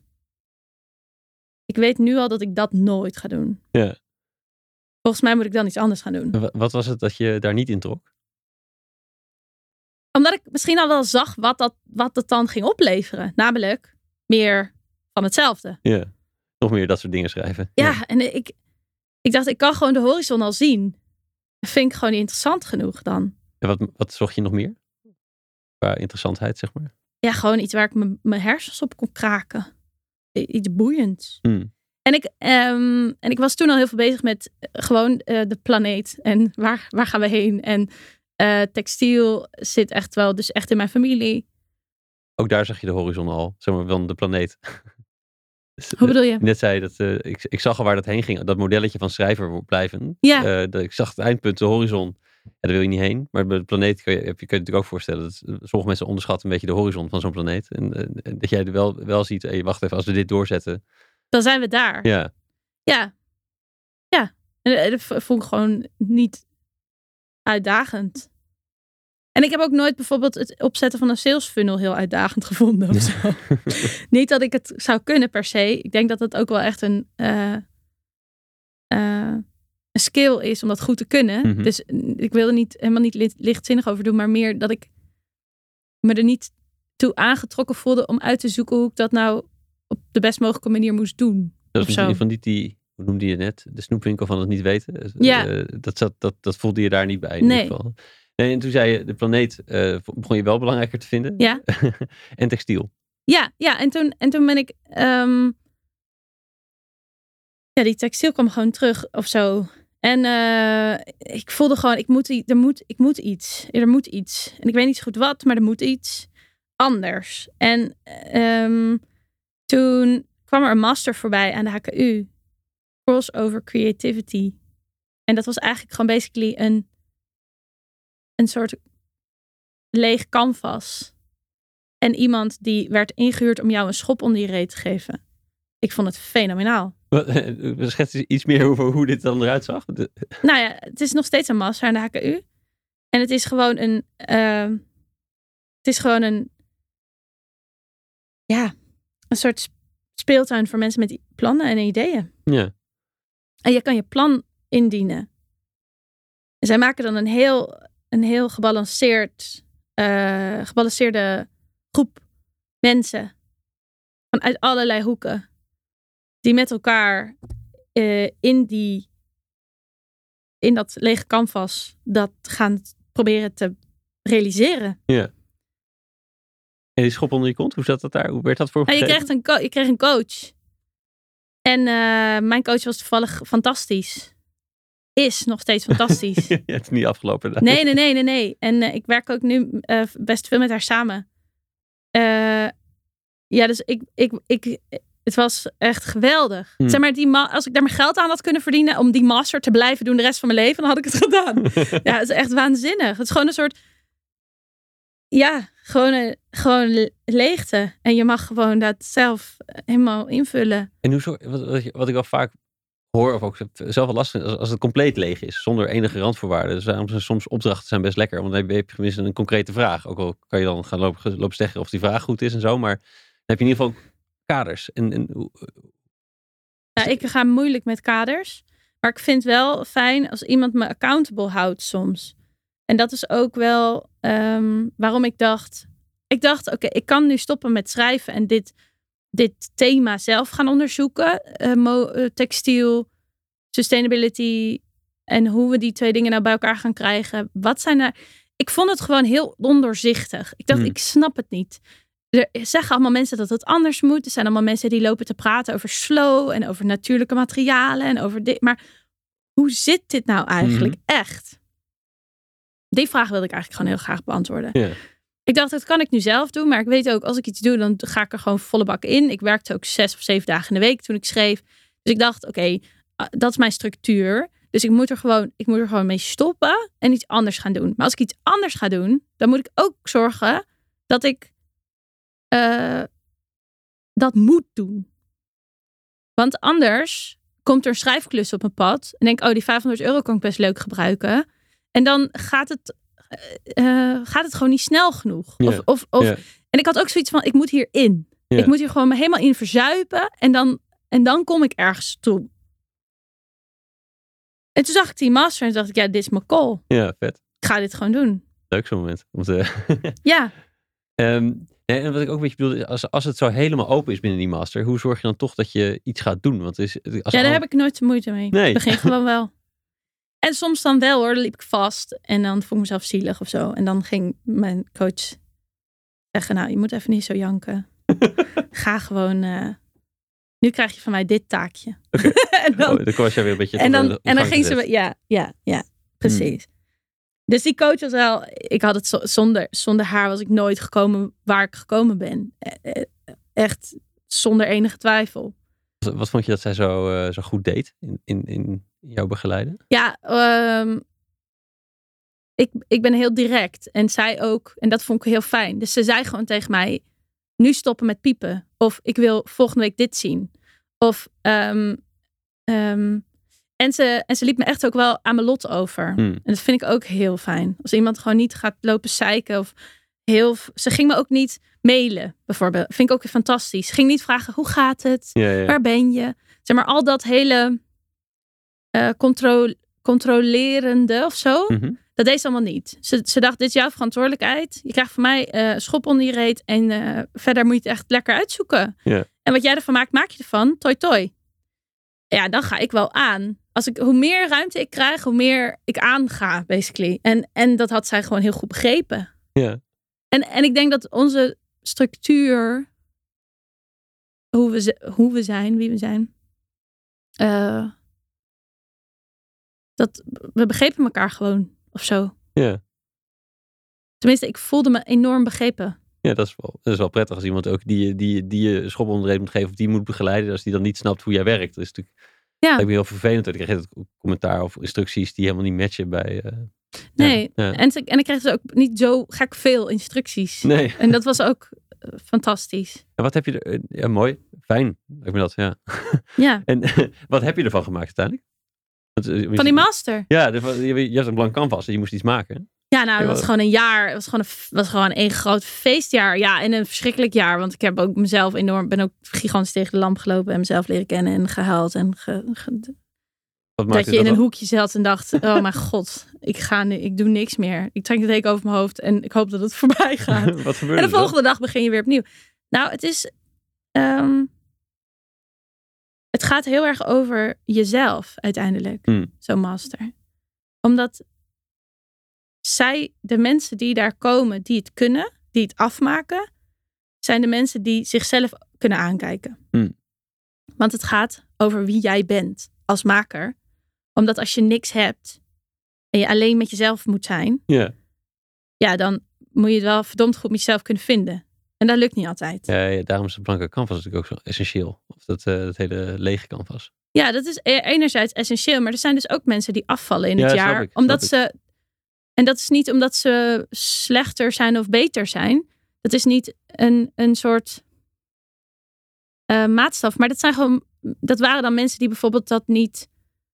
Ik weet nu al dat ik dat nooit ga doen. Ja. Yeah. Volgens mij moet ik dan iets anders gaan doen. Wat was het dat je daar niet in trok? Omdat ik misschien al wel zag wat dat, wat dat dan ging opleveren. Namelijk meer van hetzelfde. Ja, nog meer dat soort dingen schrijven. Ja, ja. en ik, ik dacht, ik kan gewoon de horizon al zien. Dat vind ik gewoon niet interessant genoeg dan. En wat, wat zocht je nog meer? Qua interessantheid, zeg maar. Ja, gewoon iets waar ik m- mijn hersens op kon kraken. Iets boeiends. Hmm. En ik, um, en ik was toen al heel veel bezig met uh, gewoon uh, de planeet. En waar, waar gaan we heen? En uh, textiel zit echt wel, dus echt in mijn familie. Ook daar zag je de horizon al, zeg maar, van de planeet. Dus, hoe bedoel je? Net zei je dat, uh, ik, ik zag al waar dat heen ging. Dat modelletje van schrijver blijven. Ja. Uh, dat, ik zag het eindpunt, de horizon. Ja, daar wil je niet heen. Maar bij de planeet kun je, kun je, kun je natuurlijk ook voorstellen. Dat sommige mensen onderschatten een beetje de horizon van zo'n planeet. En, en dat jij er wel, wel ziet, hey, wacht even, als we dit doorzetten. Dan zijn we daar. Ja. Ja. Ja. En dat vond ik gewoon niet uitdagend. En ik heb ook nooit bijvoorbeeld het opzetten van een sales funnel heel uitdagend gevonden of zo. Niet dat ik het zou kunnen per se. Ik denk dat het ook wel echt een, uh, uh, een skill is om dat goed te kunnen. Mm-hmm. Dus ik wil er niet, helemaal niet lichtzinnig over doen, maar meer dat ik me er niet toe aangetrokken voelde om uit te zoeken hoe ik dat nou op de best mogelijke manier moest doen. Dat is een van die, die, hoe noemde je net? De snoepwinkel van het niet weten. Ja. Uh, dat, zat, dat, dat voelde je daar niet bij in nee. ieder geval. Nee, en toen zei je, de planeet uh, begon je wel belangrijker te vinden. Ja. En textiel. Ja, ja. En toen, en toen ben ik... Um, ja, die textiel kwam gewoon terug of zo. En uh, ik voelde gewoon, ik moet, er moet, ik moet iets. Er moet iets. En ik weet niet zo goed wat, maar er moet iets anders. En um, toen kwam er een master voorbij aan de H K U. Crossover Creativity. En dat was eigenlijk gewoon basically een... een soort leeg canvas. En iemand die werd ingehuurd om jou een schop onder je reet te geven. Ik vond het fenomenaal. Schets iets meer over hoe dit dan eruit zag. De... Nou ja, het is nog steeds een master aan de H K U. En het is gewoon een... Uh, het is gewoon een... Ja, een soort speeltuin voor mensen met plannen en ideeën. Ja. En je kan je plan indienen. En zij maken dan een heel, een heel gebalanceerd, uh, gebalanceerde groep mensen. Vanuit allerlei hoeken. Die met elkaar uh, in die... in dat lege canvas dat gaan proberen te realiseren. Ja. En die schop onder je kont, hoe zat dat daar? Hoe werd dat voor nou, je, kreeg een co- je kreeg een coach. En uh, mijn coach was toevallig fantastisch. Is nog steeds fantastisch. Ja, het is niet afgelopen. Dan. Nee, nee, nee, nee, nee. En uh, ik werk ook nu uh, best veel met haar samen. Uh, ja, dus ik, ik, ik, het was echt geweldig. Hmm. Zeg maar, die ma- als ik daar mijn geld aan had kunnen verdienen om die master te blijven doen de rest van mijn leven, dan had ik het gedaan. Ja, het is echt waanzinnig. Het is gewoon een soort, ja, gewoon, een, gewoon leegte. En je mag gewoon dat zelf helemaal invullen. En hoe zo, wat, wat ik wel vaak hoor, of ook zelf wel lastig vind, als, als het compleet leeg is, zonder enige randvoorwaarden. Dus daarom zijn soms opdrachten zijn best lekker, want dan heb je tenminste een concrete vraag. Ook al kan je dan gaan lopen, lopen steggeren of die vraag goed is en zo, maar dan heb je in ieder geval kaders. En, en... Ja, ik ga moeilijk met kaders, maar ik vind wel fijn als iemand me accountable houdt soms. En dat is ook wel um, waarom ik dacht, ik dacht, oké, okay, ik kan nu stoppen met schrijven en dit dit thema zelf gaan onderzoeken. Uh, mo- uh, textiel, sustainability en hoe we die twee dingen nou bij elkaar gaan krijgen. Wat zijn er... Ik vond het gewoon heel ondoorzichtig. Ik dacht, hmm. ik snap het niet. Er zeggen allemaal mensen dat het anders moet. Er zijn allemaal mensen die lopen te praten over slow en over natuurlijke materialen en over dit. Maar hoe zit dit nou eigenlijk hmm. echt? Die vraag wilde ik eigenlijk gewoon heel graag beantwoorden. Yeah. Ik dacht, dat kan ik nu zelf doen. Maar ik weet ook, als ik iets doe, dan ga ik er gewoon volle bak in. Ik werkte ook zes of zeven dagen in de week toen ik schreef. Dus ik dacht, oké, okay, dat is mijn structuur. Dus ik moet, er gewoon, ik moet er gewoon mee stoppen en iets anders gaan doen. Maar als ik iets anders ga doen, dan moet ik ook zorgen dat ik uh, dat moet doen. Want anders komt er een schrijfklus op mijn pad. En denk, oh, die vijfhonderd euro kan ik best leuk gebruiken. En dan gaat het... Uh, gaat het gewoon niet snel genoeg. Ja. Of, of, of, ja. En ik had ook zoiets van, ik moet hierin. Ja. Ik moet hier gewoon me helemaal in verzuipen. En dan, en dan kom ik ergens toe. En toen zag ik die master en dacht ik, ja, dit is mijn call. Ja, vet. Ik ga dit gewoon doen. Leuk zo'n moment. Om te... ja. Um, en wat ik ook een beetje bedoel, als, als het zo helemaal open is binnen die master, hoe zorg je dan toch dat je iets gaat doen? Want is, als ja, daar al... heb ik nooit de moeite mee. Nee. Ik begin gewoon wel. En soms dan wel hoor, dan liep ik vast. En dan vond ik mezelf zielig of zo. En dan ging mijn coach zeggen, nou, je moet even niet zo janken. Ga gewoon, uh, nu krijg je van mij dit taakje. Okay. en dan, oh, dan was jij weer een beetje en dan, en dan ging ze, ja, ja, ja, precies. Hmm. Dus die coach was wel, ik had het zonder, zonder haar was ik nooit gekomen waar ik gekomen ben. Echt zonder enige twijfel. Wat, wat vond je dat zij zo, uh, zo goed deed in, in, in jouw begeleiden? Ja, um, ik, ik ben heel direct. En zij ook. En dat vond ik heel fijn. Dus ze zei gewoon tegen mij, nu stoppen met piepen. Of ik wil volgende week dit zien. Of, um, um, en, ze, en ze liet me echt ook wel aan mijn lot over. Hmm. En dat vind ik ook heel fijn. Als iemand gewoon niet gaat lopen zeiken. Of heel, ze ging me ook niet mailen, bijvoorbeeld. Vind ik ook fantastisch. Ze ging niet vragen, hoe gaat het? Ja, ja. Waar ben je? Zeg maar, al dat hele... Uh, contro- controlerende of zo. Mm-hmm. Dat deed ze allemaal niet. Ze, ze dacht, dit is jouw verantwoordelijkheid. Je krijgt van mij uh, schop onder je reet. En uh, verder moet je het echt lekker uitzoeken. Yeah. En wat jij ervan maakt, maak je ervan. Toi toi. Ja, dan ga ik wel aan. Als ik, hoe meer ruimte ik krijg, hoe meer ik aanga, basically. En, en dat had zij gewoon heel goed begrepen. Yeah. En, en ik denk dat onze structuur, hoe we, hoe we zijn, wie we zijn... Uh, dat we begrepen elkaar gewoon of zo. Ja. Tenminste, ik voelde me enorm begrepen. Ja, dat is wel, dat is wel prettig als iemand ook die, die, die je schop onder de reet moet geven of die moet begeleiden. Als die dan niet snapt hoe jij werkt. Dat is natuurlijk ja. lijkt me heel vervelend. Ik krijg het commentaar of instructies die helemaal niet matchen bij... Uh, nee, ja. en, ze, en ik kreeg dus ook niet zo gek veel instructies. Nee. En dat was ook uh, fantastisch. En wat heb je er... Ja, mooi. fijn. Ik ben dat, ja. Ja. En wat heb je ervan gemaakt uiteindelijk? Want, van die master? Ja, de, je, je had een blank canvas en je moest iets maken. Ja, nou, het was gewoon een jaar. Het was gewoon een, was gewoon een groot feestjaar. Ja, en een verschrikkelijk jaar. Want ik heb ook mezelf enorm, ben ook gigantisch tegen de lamp gelopen en mezelf leren kennen en gehuild. En ge, ge, dat je in een al? hoekje zat en dacht, oh mijn god, ik ga nu, ik doe niks meer. Ik trek de deken over mijn hoofd en ik hoop dat het voorbij gaat. Wat gebeurde en de volgende dan? dag begin je weer opnieuw. Nou, het is, um, het gaat heel erg over jezelf uiteindelijk, hmm. zo'n master. Omdat zij, de mensen die daar komen, die het kunnen, die het afmaken, zijn de mensen die zichzelf kunnen aankijken. Hmm. Want het gaat over wie jij bent als maker. Omdat als je niks hebt en je alleen met jezelf moet zijn, yeah. ja, dan moet je het wel verdomd goed met jezelf kunnen vinden. En dat lukt niet altijd. Ja, ja, daarom is de blanke canvas natuurlijk ook zo essentieel. Of dat, uh, dat hele lege canvas. Ja, dat is enerzijds essentieel, maar er zijn dus ook mensen die afvallen in het ja, jaar. Ik, omdat ze. En dat is niet omdat ze slechter zijn of beter zijn. Dat is niet een, een soort uh, maatstaf. Maar dat zijn gewoon. Dat waren dan mensen die bijvoorbeeld dat niet.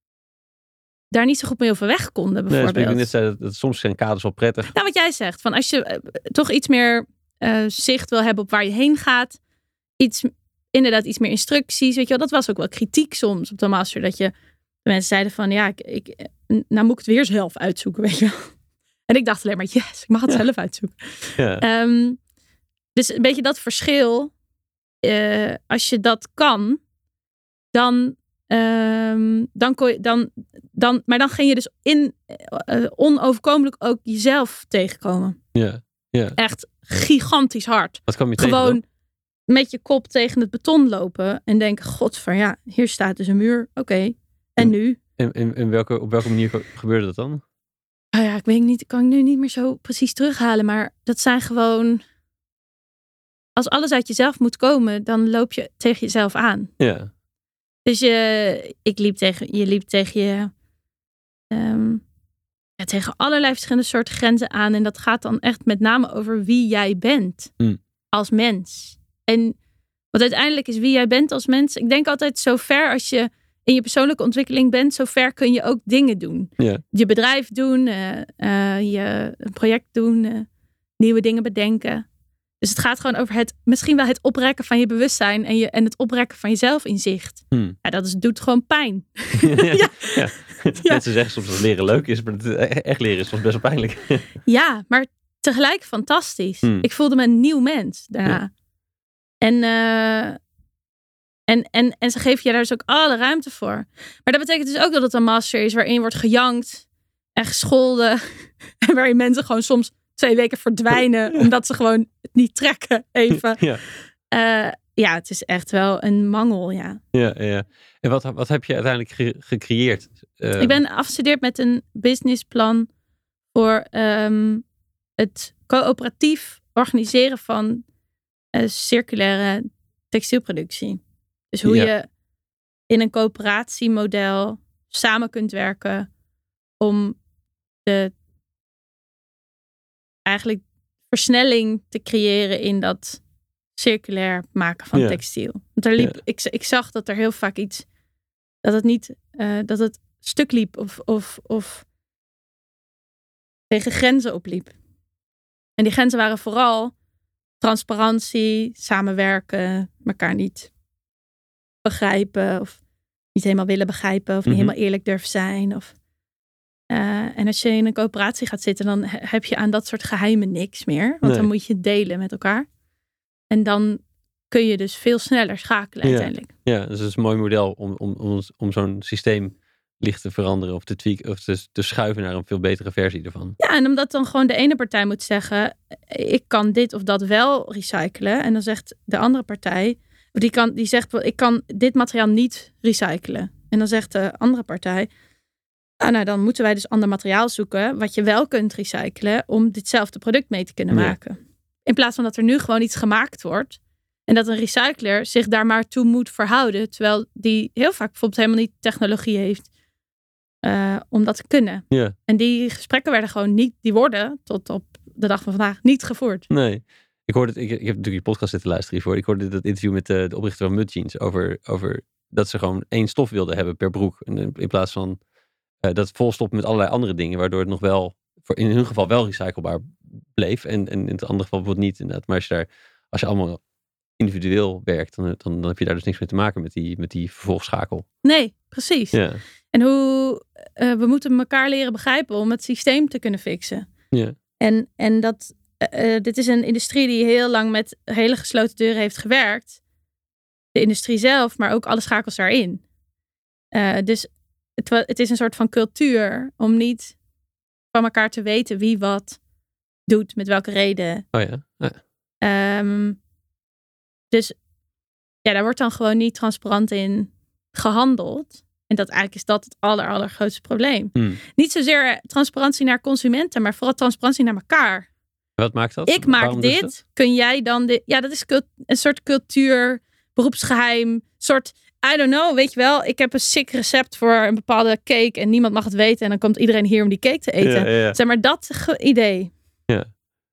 Daar niet zo goed mee overweg konden, bijvoorbeeld. Nee, ik net zei, dat, dat soms zijn kaders wel prettig. Nou, wat jij zegt, van als je uh, toch iets meer uh, zicht wil hebben op waar je heen gaat, iets, inderdaad iets meer instructies, weet je wel, dat was ook wel kritiek soms op de master, dat je de mensen zeiden van, ja, ik, ik, nou moet ik het weer zelf uitzoeken, weet je wel. En ik dacht alleen maar, yes, ik mag het ja. zelf uitzoeken. Ja. Um, dus een beetje dat verschil, uh, als je dat kan, dan Um, dan kon je, dan, dan, maar dan ging je dus in uh, onoverkomelijk ook jezelf tegenkomen. Ja, ja. Echt gigantisch hard. Wat kwam je Gewoon tegen dan? Met je kop tegen het beton lopen en denken, godver, ja, hier staat dus een muur. Oké, okay. en, en nu? En, en, en welke, op welke manier gebeurde dat dan? Oh ja, ik weet niet, kan ik nu niet meer zo precies terughalen, maar dat zijn gewoon, als alles uit jezelf moet komen, dan loop je tegen jezelf aan. Ja. Dus je, ik liep tegen, je liep tegen je, um, ja, tegen allerlei verschillende soorten grenzen aan. En dat gaat dan echt met name over wie jij bent mm. als mens. En wat uiteindelijk is wie jij bent als mens. Ik denk altijd, zo ver als je in je persoonlijke ontwikkeling bent, zo ver kun je ook dingen doen. Yeah. Je bedrijf doen, uh, uh, je een project doen, uh, nieuwe dingen bedenken. Dus het gaat gewoon over het, misschien wel het oprekken van je bewustzijn en, je, en het oprekken van je zelfinzicht. Hmm. Ja, dat is, doet gewoon pijn. ja, ja. Ja. Mensen zeggen soms dat leren leuk is, maar het echt leren is soms best wel pijnlijk. Ja, maar tegelijk fantastisch. Hmm. Ik voelde me een nieuw mens daarna. Ja. En, uh, en, en, en ze geven je daar dus ook alle ruimte voor. Maar dat betekent dus ook dat het een master is waarin wordt gejankt en gescholden. En waarin mensen gewoon soms twee weken verdwijnen, omdat ze gewoon het niet trekken even. Ja, uh, ja het is echt wel een mangel, ja. Ja, ja. En wat, wat heb je uiteindelijk ge- gecreëerd? Uh... Ik ben afgestudeerd met een businessplan voor um, het coöperatief organiseren van uh, circulaire textielproductie. Dus hoe ja. je in een coöperatiemodel samen kunt werken om de eigenlijk versnelling te creëren in dat circulair maken van ja. textiel. Want er liep, ja. ik, ik zag dat er heel vaak iets, dat het niet, uh, dat het stuk liep of, of, of tegen grenzen opliep. En die grenzen waren vooral transparantie, samenwerken, elkaar niet begrijpen of niet helemaal willen begrijpen of mm-hmm. niet helemaal eerlijk durven zijn. Of, uh, en als je in een coöperatie gaat zitten, dan heb je aan dat soort geheimen niks meer. Want nee. dan moet je het delen met elkaar. En dan kun je dus veel sneller schakelen ja. uiteindelijk. Ja, dus dat is een mooi model om, om, om, om zo'n systeem licht te veranderen of te tweaken of te, te schuiven naar een veel betere versie ervan. Ja, en omdat dan gewoon de ene partij moet zeggen, ik kan dit of dat wel recyclen. En dan zegt de andere partij, die, kan, die zegt, ik kan dit materiaal niet recyclen. En dan zegt de andere partij, ah, nou dan moeten wij dus ander materiaal zoeken wat je wel kunt recyclen om ditzelfde product mee te kunnen ja. maken. In plaats van dat er nu gewoon iets gemaakt wordt en dat een recycler zich daar maar toe moet verhouden, terwijl die heel vaak bijvoorbeeld helemaal niet technologie heeft uh, om dat te kunnen. Ja. En die gesprekken werden gewoon niet, die worden tot op de dag van vandaag niet gevoerd. Nee. Ik hoorde het, ik, ik heb natuurlijk die podcast zitten luisteren hiervoor. Ik hoorde dat interview met de, de oprichter van Mud Jeans over, over dat ze gewoon één stof wilden hebben per broek. In, in plaats van uh, dat het vol stoppen met allerlei andere dingen, waardoor het nog wel, voor in hun geval wel recyclebaar bleef. En, en in het andere geval bijvoorbeeld niet inderdaad. Maar als je daar, als je allemaal individueel werkt, dan, dan, dan heb je daar dus niks mee te maken met die, met die vervolgschakel. Nee, precies. Ja. En hoe uh, we moeten elkaar leren begrijpen om het systeem te kunnen fixen. Ja. En, en dat, uh, dit is een industrie die heel lang met hele gesloten deuren heeft gewerkt. De industrie zelf, maar ook alle schakels daarin. Uh, dus het, het is een soort van cultuur om niet van elkaar te weten wie wat doet, met welke reden. Oh ja. ja. Um, dus ja, daar wordt dan gewoon niet transparant in gehandeld. En dat eigenlijk is dat het aller, allergrootste probleem. Hmm. Niet zozeer transparantie naar consumenten, maar vooral transparantie naar elkaar. Wat maakt dat? Ik maak Waarom dit, dat? kun jij dan dit? Ja, dat is cult- een soort cultuur, beroepsgeheim, soort, I don't know, weet je wel. Ik heb een sick recept voor een bepaalde cake en niemand mag het weten. En dan komt iedereen hier om die cake te eten. Ja, ja, ja. Zeg maar, dat ge- idee. Ja.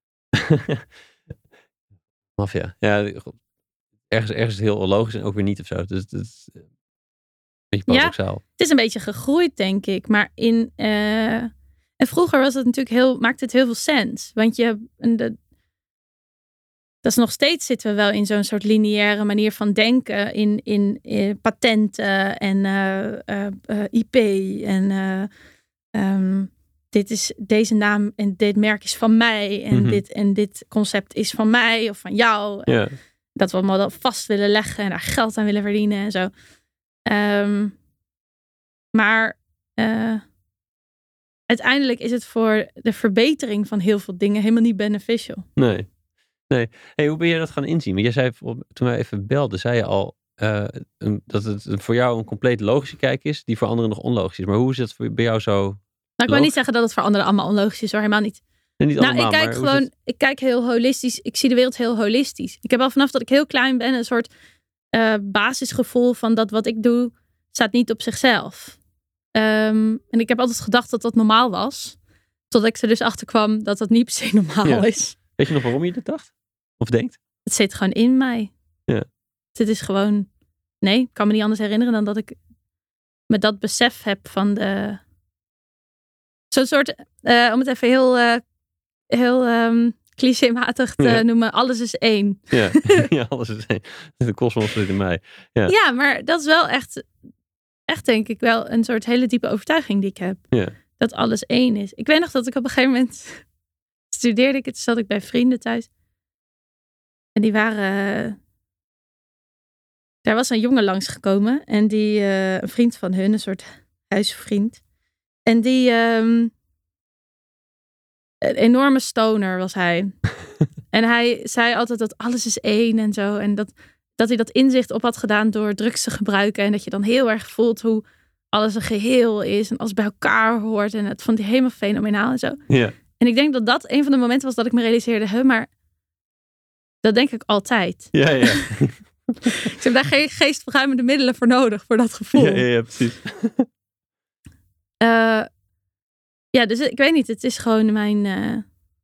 Mafia. Ja, ergens, ergens heel onlogisch en ook weer niet of zo. Dus dat is een beetje paradoxaal. Ja, het is een beetje gegroeid, denk ik. Maar in... Uh... En vroeger was het natuurlijk heel, maakte het heel veel sens. Want je... De, dat is nog steeds zitten we wel in zo'n soort lineaire manier van denken. In, in, in patenten en uh, uh, uh, I P. En uh, um, dit is deze naam en dit merk is van mij. En, mm-hmm. dit, en dit concept is van mij of van jou. Ja. Dat we allemaal dat vast willen leggen en daar geld aan willen verdienen en zo. Um, maar uh, uiteindelijk is het voor de verbetering van heel veel dingen helemaal niet beneficial. Nee. Nee. Hey, hoe ben je dat gaan inzien? Want jij zei, toen wij even belden, zei je al uh, dat het voor jou een compleet logische kijk is, die voor anderen nog onlogisch is. Maar hoe is het voor, bij jou zo Nou, ik wil niet zeggen dat het voor anderen allemaal onlogisch is, hoor. Helemaal niet. Nee, niet nou, allemaal, ik kijk gewoon, het... ik kijk heel holistisch. Ik zie de wereld heel holistisch. Ik heb al vanaf dat ik heel klein ben een soort uh, basisgevoel van dat wat ik doe staat niet op zichzelf. Um, en ik heb altijd gedacht dat dat normaal was. Tot ik er dus achter kwam dat dat niet per se normaal ja. is. Weet je nog waarom je dit dacht? Of denkt? Het zit gewoon in mij. Ja. Het is gewoon... Nee, ik kan me niet anders herinneren dan dat ik met dat besef heb van de... Zo'n soort... Uh, om het even heel... Uh, heel um, clichématig te ja. noemen. Alles is één. Ja, ja alles is één. De kosmos zit in mij. Ja. ja, maar dat is wel echt... Echt denk ik wel een soort hele diepe overtuiging die ik heb. Ja. Dat alles één is. Ik weet nog dat ik op een gegeven moment... studeerde ik het. Toen zat ik bij vrienden thuis. En die waren... Uh, daar was een jongen langsgekomen. En die... Uh, een vriend van hun. Een soort huisvriend. En die... Um, een enorme stoner was hij. En hij zei altijd dat alles is één en zo. En dat, dat hij dat inzicht op had gedaan door drugs te gebruiken. En dat je dan heel erg voelt hoe alles een geheel is. En alles bij elkaar hoort. En dat vond hij helemaal fenomenaal en zo. Ja. En ik denk dat dat een van de momenten was dat ik me realiseerde. Huh, maar dat denk ik altijd. Ja, ja. Ik heb daar geen geestverruimende middelen voor nodig. Voor dat gevoel. Ja, ja, ja precies. Uh, ja, dus ik weet niet. Het is gewoon mijn... Uh,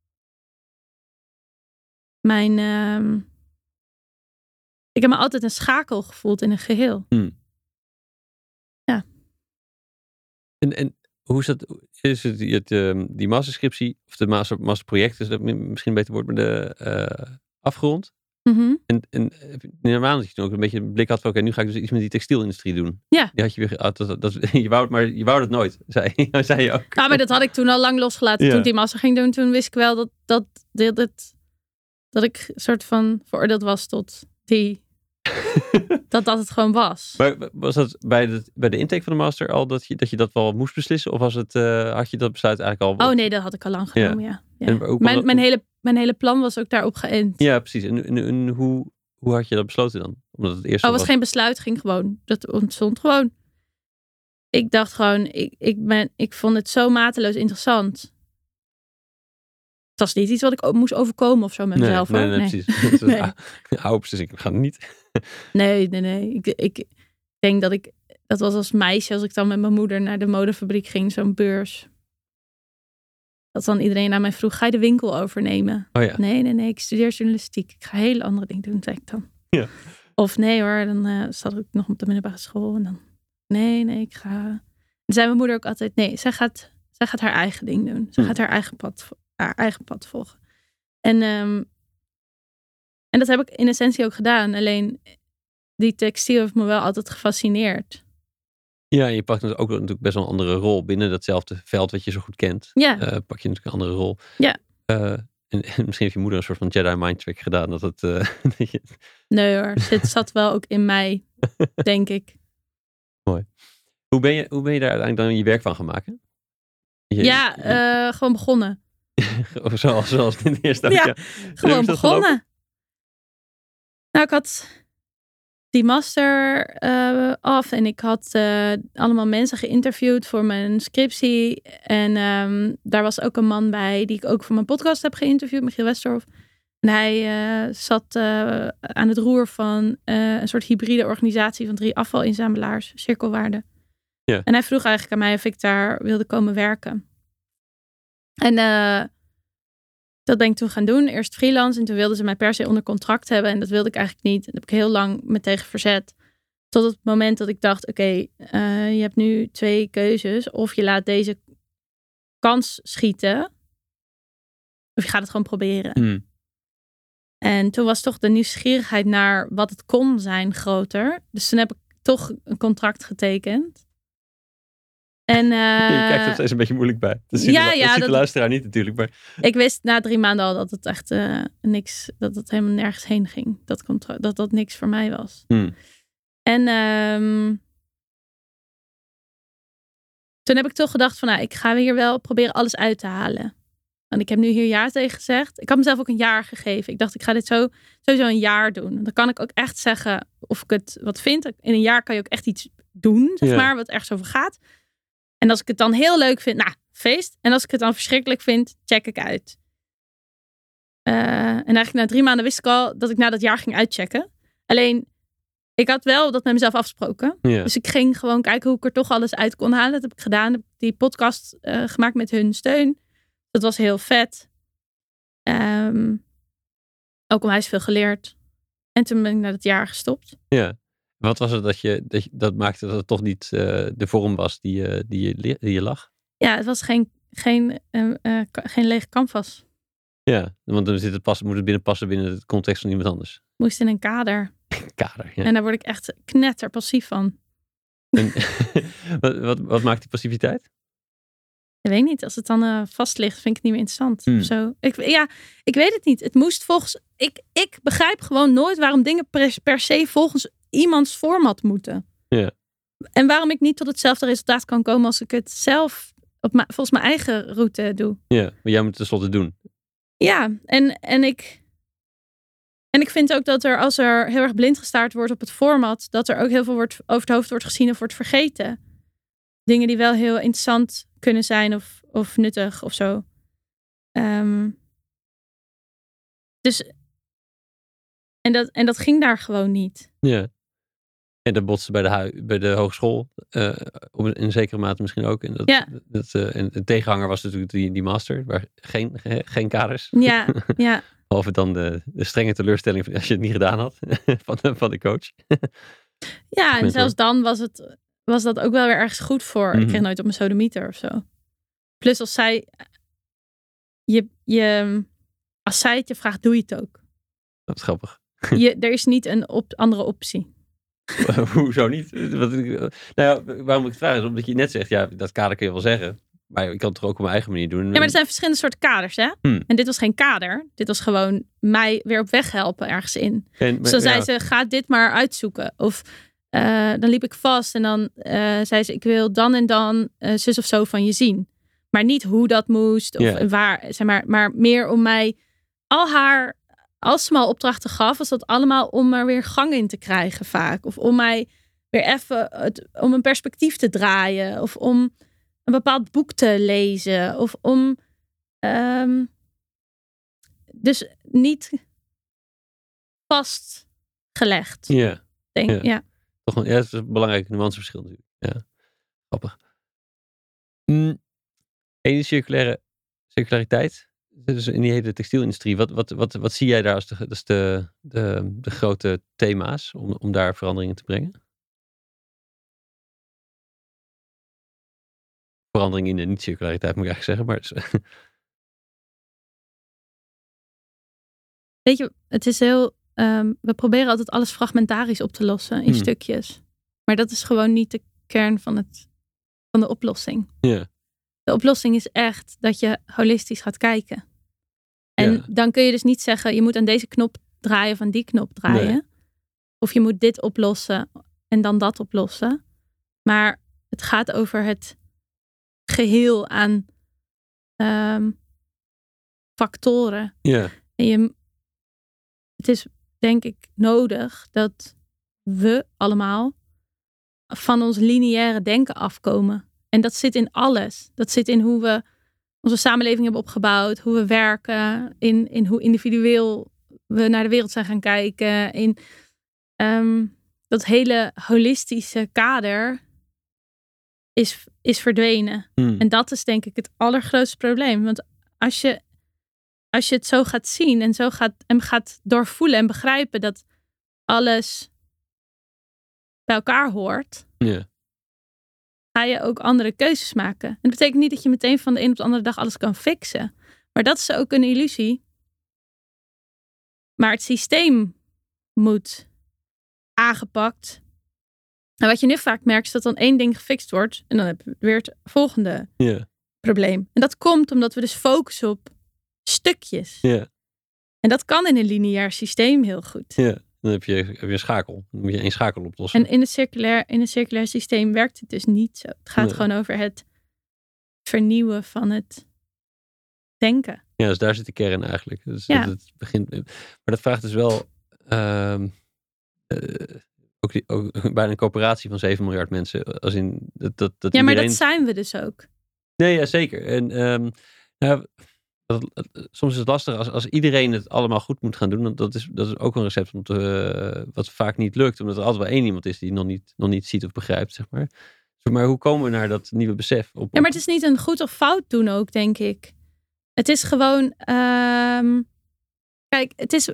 mijn... Uh, ik heb me altijd een schakel gevoeld in een geheel. Hmm. Ja. En, en hoe is dat? Is het, het uh, die masterscriptie of de master, masterproject, is dat misschien een beter woord, maar de uh, afgerond? Mm-hmm. En, en neem aan dat je toen ook een beetje een blik had van, oké, okay, nu ga ik dus iets met die textielindustrie doen. Ja. Die had je weer, dat, dat, dat, je wou het, maar je wou het nooit, zei, zei je ook. Ja, maar dat had ik toen al lang losgelaten. Ja. Toen ik die master ging doen, toen wist ik wel dat, dat, dat, dat, dat ik een soort van veroordeeld was tot die... dat dat het gewoon was. Maar was dat bij de, bij de intake van de master al dat je, dat je dat wel moest beslissen? Of was het, uh, had je dat besluit eigenlijk al... Oh nee, dat had ik al lang genomen, ja. ja, ja. En mijn, dat... mijn, hele, mijn hele plan was ook daarop geënt. Ja, precies. En, en, en hoe, hoe had je dat besloten dan? Omdat het eerst oh, was was geen besluit, ging gewoon. Dat ontstond gewoon. Ik dacht gewoon, ik, ik, ben, ik vond het zo mateloos interessant. Het was niet iets wat ik moest overkomen of zo met nee, mezelf. Nee, nee, nee, precies. nee. Hou beslissing, ik ga niet. nee, nee, nee. Ik, ik denk dat ik, dat was als meisje, als ik dan met mijn moeder naar de modefabriek ging, zo'n beurs. Dat dan iedereen aan mij vroeg, ga je de winkel overnemen? Oh ja. Nee, nee, nee, ik studeer journalistiek. Ik ga hele andere dingen doen, zei ik dan. Ja. Of nee hoor, dan uh, zat ik nog op de middelbare school. En dan, nee, nee, ik ga... Dan zei mijn moeder ook altijd, nee, zij gaat, zij gaat haar eigen ding doen. Zij hm. gaat haar eigen pad, haar eigen pad volgen. En, um, en dat heb ik in essentie ook gedaan. Alleen die textiel heeft me wel altijd gefascineerd. Ja, je pakt ook natuurlijk best wel een andere rol binnen datzelfde veld wat je zo goed kent. Ja. Uh, pak je natuurlijk een andere rol. Ja. Uh, en, en misschien heeft je moeder een soort van Jedi mind trick gedaan. Dat het, uh, dat je... Nee hoor, het zat wel ook in mij, denk ik. Mooi. Hoe ben, je, hoe ben je daar uiteindelijk dan je werk van gaan maken? Je, ja, je... Uh, gewoon begonnen. zoals, zoals in de eerste Ja, ja. gewoon begonnen. Nou, ik had die master uh, af en ik had uh, allemaal mensen geïnterviewd voor mijn scriptie. En um, daar was ook een man bij die ik ook voor mijn podcast heb geïnterviewd, Michiel Westerhof. En hij uh, zat uh, aan het roer van uh, een soort hybride organisatie van drie afvalinzamelaars, Cirkelwaarde. Ja. En hij vroeg eigenlijk aan mij of ik daar wilde komen werken. En uh, dat ben ik toen gaan doen. Eerst freelance en toen wilden ze mij per se onder contract hebben. En dat wilde ik eigenlijk niet. Daar heb ik heel lang me tegen verzet. Tot het moment dat ik dacht, oké, okay, uh, je hebt nu twee keuzes. Of je laat deze kans schieten. Of je gaat het gewoon proberen. Mm. En toen was toch de nieuwsgierigheid naar wat het kon zijn groter. Dus toen heb ik toch een contract getekend. En, uh, je kijkt er steeds een beetje moeilijk bij. Dat ziet, ja, de, ja, dat ziet dat, de luisteraar niet natuurlijk. Maar... Ik wist na drie maanden al dat het echt uh, niks, dat het helemaal nergens heen ging. Dat contract, dat dat niks voor mij was. Hmm. En um, toen heb ik toch gedacht van, nou, ik ga hier wel proberen alles uit te halen. Want ik heb nu hier ja tegen gezegd. Ik had mezelf ook een jaar gegeven. Ik dacht, ik ga dit zo, sowieso een jaar doen. Dan kan ik ook echt zeggen of ik het wat vind. In een jaar kan je ook echt iets doen, zeg ja. maar, wat ergens over gaat. En als ik het dan heel leuk vind, nou, feest. En als ik het dan verschrikkelijk vind, check ik uit. Uh, en eigenlijk na drie maanden wist ik al dat ik na dat jaar ging uitchecken. Alleen, ik had wel dat met mezelf afgesproken. Ja. Dus ik ging gewoon kijken hoe ik er toch alles uit kon halen. Dat heb ik gedaan. Heb die podcast uh, gemaakt met hun steun. Dat was heel vet. Um, ook onwijs veel geleerd. En toen ben ik na dat jaar gestopt. Ja. Wat was het dat je dat, je, dat maakte dat het toch niet uh, de vorm was die, uh, die, je, die je lag? Ja, het was geen, geen, uh, uh, geen lege canvas. Ja, want dan zit het pas, moet het binnen passen binnen het context van iemand anders. Moest in een kader. Kader, ja. En daar word ik echt knetter passief van. En, wat, wat, wat maakt die passiviteit? Ik weet niet. Als het dan uh, vast ligt, vind ik het niet meer interessant. Hmm. Of zo. Ik, ja, ik weet het niet. Het moest volgens... Ik, ik begrijp gewoon nooit waarom dingen per, per se volgens iemands format moeten. Ja. En waarom ik niet tot hetzelfde resultaat kan komen als ik het zelf op ma- volgens mijn eigen route doe. Ja, maar jij moet het tenslotte doen. Ja, en, en ik... En ik vind ook dat er, als er heel erg blind gestaard wordt op het format, dat er ook heel veel wordt, over het hoofd wordt gezien of wordt vergeten. Dingen die wel heel interessant kunnen zijn of, of nuttig of zo. Um, dus, en dat, en dat ging daar gewoon niet. Ja. En dat botste bij de, hu- bij de hogeschool, uh, op een, in een zekere mate misschien ook. En, dat, ja. dat, uh, en de tegenhanger was natuurlijk die, die master, waar geen, ge, geen kaders. Ja, ja. Behalve dan de, de strenge teleurstelling van als je het niet gedaan had van, de, van de coach. Ja, en zelfs dan was, het, was dat ook wel weer ergens goed voor. Mm-hmm. Ik kreeg nooit op mijn sodemieter of zo. Plus als zij je, je, als zij het je vraagt, doe je het ook. Dat is grappig. Je, er is niet een op, andere optie. Hoezo niet? Wat, nou ja, waarom ik het vraag is omdat je net zegt, ja, dat kader kun je wel zeggen. Maar ik kan het toch ook op mijn eigen manier doen. Ja, maar er zijn verschillende soorten kaders, hè? Hmm. En dit was geen kader. Dit was gewoon mij weer op weg helpen ergens in. En, maar, dus dan ja. zei ze, ga dit maar uitzoeken. Of uh, dan liep ik vast en dan uh, zei ze, ik wil dan en dan uh, zus of zo van je zien. Maar niet hoe dat moest of yeah. waar, zeg maar, maar meer om mij al haar, als ze me al opdrachten gaf, was dat allemaal om er weer gang in te krijgen vaak. Of om mij weer even, het, om een perspectief te draaien. Of om een bepaald boek te lezen. Of om, um, dus niet vastgelegd. Ja. Denk, ja. ja. Toch een, ja, dat is een belangrijk nuanceverschil natuurlijk. Ja, grappig. Mm. En die circulaire circulariteit. Dus in die hele textielindustrie. Wat, wat, wat, wat zie jij daar als de, als de, de, de grote thema's om, om daar veranderingen te brengen? Verandering in de niet-circulariteit moet ik eigenlijk zeggen. Maar Weet je, het is heel... Um, we proberen altijd alles fragmentarisch op te lossen in hmm. stukjes. Maar dat is gewoon niet de kern van, het, van de oplossing. Yeah. De oplossing is echt dat je holistisch gaat kijken. En yeah. dan kun je dus niet zeggen, je moet aan deze knop draaien of aan die knop draaien. Nee. Of je moet dit oplossen en dan dat oplossen. Maar het gaat over het geheel aan um, factoren. Yeah. En je, het is denk ik nodig dat we allemaal van ons lineaire denken afkomen. En dat zit in alles. Dat zit in hoe we onze samenleving hebben opgebouwd, hoe we werken, in, in hoe individueel we naar de wereld zijn gaan kijken. In um, dat hele holistische kader is, is verdwenen. Hmm. En dat is denk ik het allergrootste probleem. Want als je, als je het zo gaat zien en zo gaat, en gaat doorvoelen en begrijpen dat alles bij elkaar hoort, yeah. ga je ook andere keuzes maken. En dat betekent niet dat je meteen van de een op de andere dag alles kan fixen. Maar dat is ook een illusie. Maar het systeem moet aangepakt. En wat je nu vaak merkt is dat dan één ding gefixt wordt. En dan heb je weer het volgende yeah. probleem. En dat komt omdat we dus focussen op stukjes. Yeah. En dat kan in een lineair systeem heel goed. Ja. Yeah. Dan heb je, heb je een schakel. Dan moet je één schakel oplossen. En in een circulair, in een circulair systeem werkt het dus niet zo. Het gaat nee. gewoon over het vernieuwen van het denken. Ja, dus daar zit de kern eigenlijk. Dus ja. dat het begint, maar dat vraagt dus wel uh, uh, ook, die, ook bijna een coöperatie van zeven miljard mensen. Als in, dat, dat, dat ja, iedereen... maar dat zijn we dus ook. Nee, ja, zeker. En um, nou, dat, dat, soms is het lastig als, als iedereen het allemaal goed moet gaan doen. Want dat is, dat is ook een recept om te, uh, wat vaak niet lukt. Omdat er altijd wel één iemand is die het nog niet, nog niet ziet of begrijpt, zeg maar. Maar hoe komen we naar dat nieuwe besef? Op, op... Ja, maar het is niet een goed of fout doen ook, denk ik. Het is gewoon... Um, kijk, het is...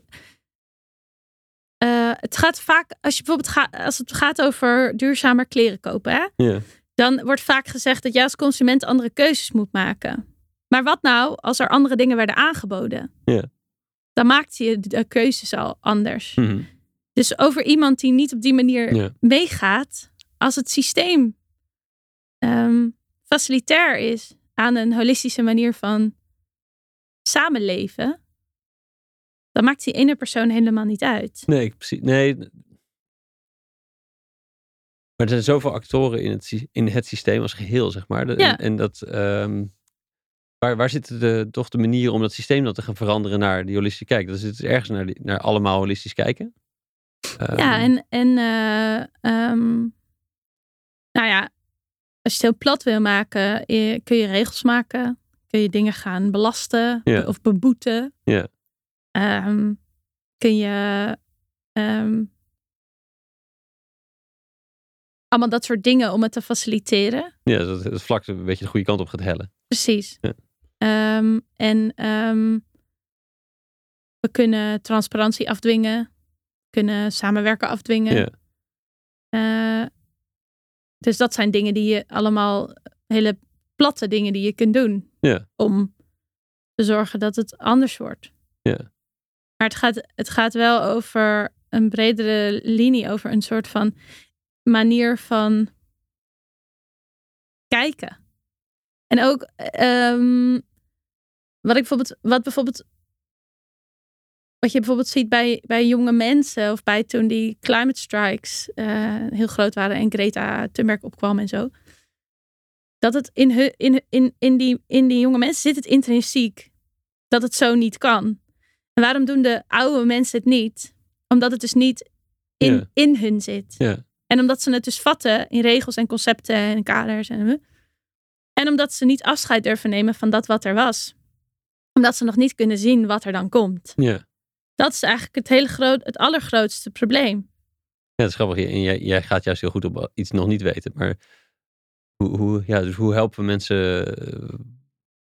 Uh, het gaat vaak... Als je bijvoorbeeld gaat, als het gaat over duurzamer kleren kopen, hè? Ja. Dan wordt vaak gezegd dat jij als consument andere keuzes moet maken. Maar wat nou als er andere dingen werden aangeboden? Ja. Dan maakt je de keuzes al anders. Mm-hmm. Dus over iemand die niet op die manier ja. meegaat, als het systeem um, facilitair is aan een holistische manier van samenleven, dan maakt die ene persoon helemaal niet uit. Nee, precies. Nee. Maar er zijn zoveel actoren in het, in het systeem als geheel, zeg maar. De, ja. En, en dat... Um, Waar, waar zitten de, toch de manieren om dat systeem dan te gaan veranderen naar die holistische kijk? Dat is het ergens naar, die, naar allemaal holistisch kijken. Um, ja, en, en uh, um, nou ja, als je het heel plat wil maken, kun je regels maken. Kun je dingen gaan belasten yeah. of beboeten. Yeah. Um, kun je um, allemaal dat soort dingen om het te faciliteren. Ja, dat het vlak een beetje de goede kant op gaat hellen. Precies. Ja. Um, en um, we kunnen transparantie afdwingen. Kunnen samenwerken afdwingen. Ja. Uh, dus dat zijn dingen die je allemaal, hele platte dingen die je kunt doen. Ja. Om te zorgen dat het anders wordt. Ja. Maar het gaat, het gaat wel over een bredere linie. Over een soort van manier van kijken. En ook um, wat ik bijvoorbeeld, wat bijvoorbeeld, wat je bijvoorbeeld ziet bij, bij jonge mensen of bij toen die climate strikes uh, heel groot waren en Greta Thunberg opkwam en zo. Dat het in, hu, in, in, in, die, in die jonge mensen zit het intrinsiek dat het zo niet kan. En waarom doen de oude mensen het niet? Omdat het dus niet in, ja. in hun zit. Ja. En omdat ze het dus vatten in regels en concepten en kaders en En omdat ze niet afscheid durven nemen van dat wat er was. Omdat ze nog niet kunnen zien wat er dan komt. Ja. Dat is eigenlijk het, hele groot, het allergrootste probleem. Ja, dat is grappig. En jij, jij gaat juist heel goed op iets nog niet weten. Maar hoe, hoe, ja, dus hoe helpen we mensen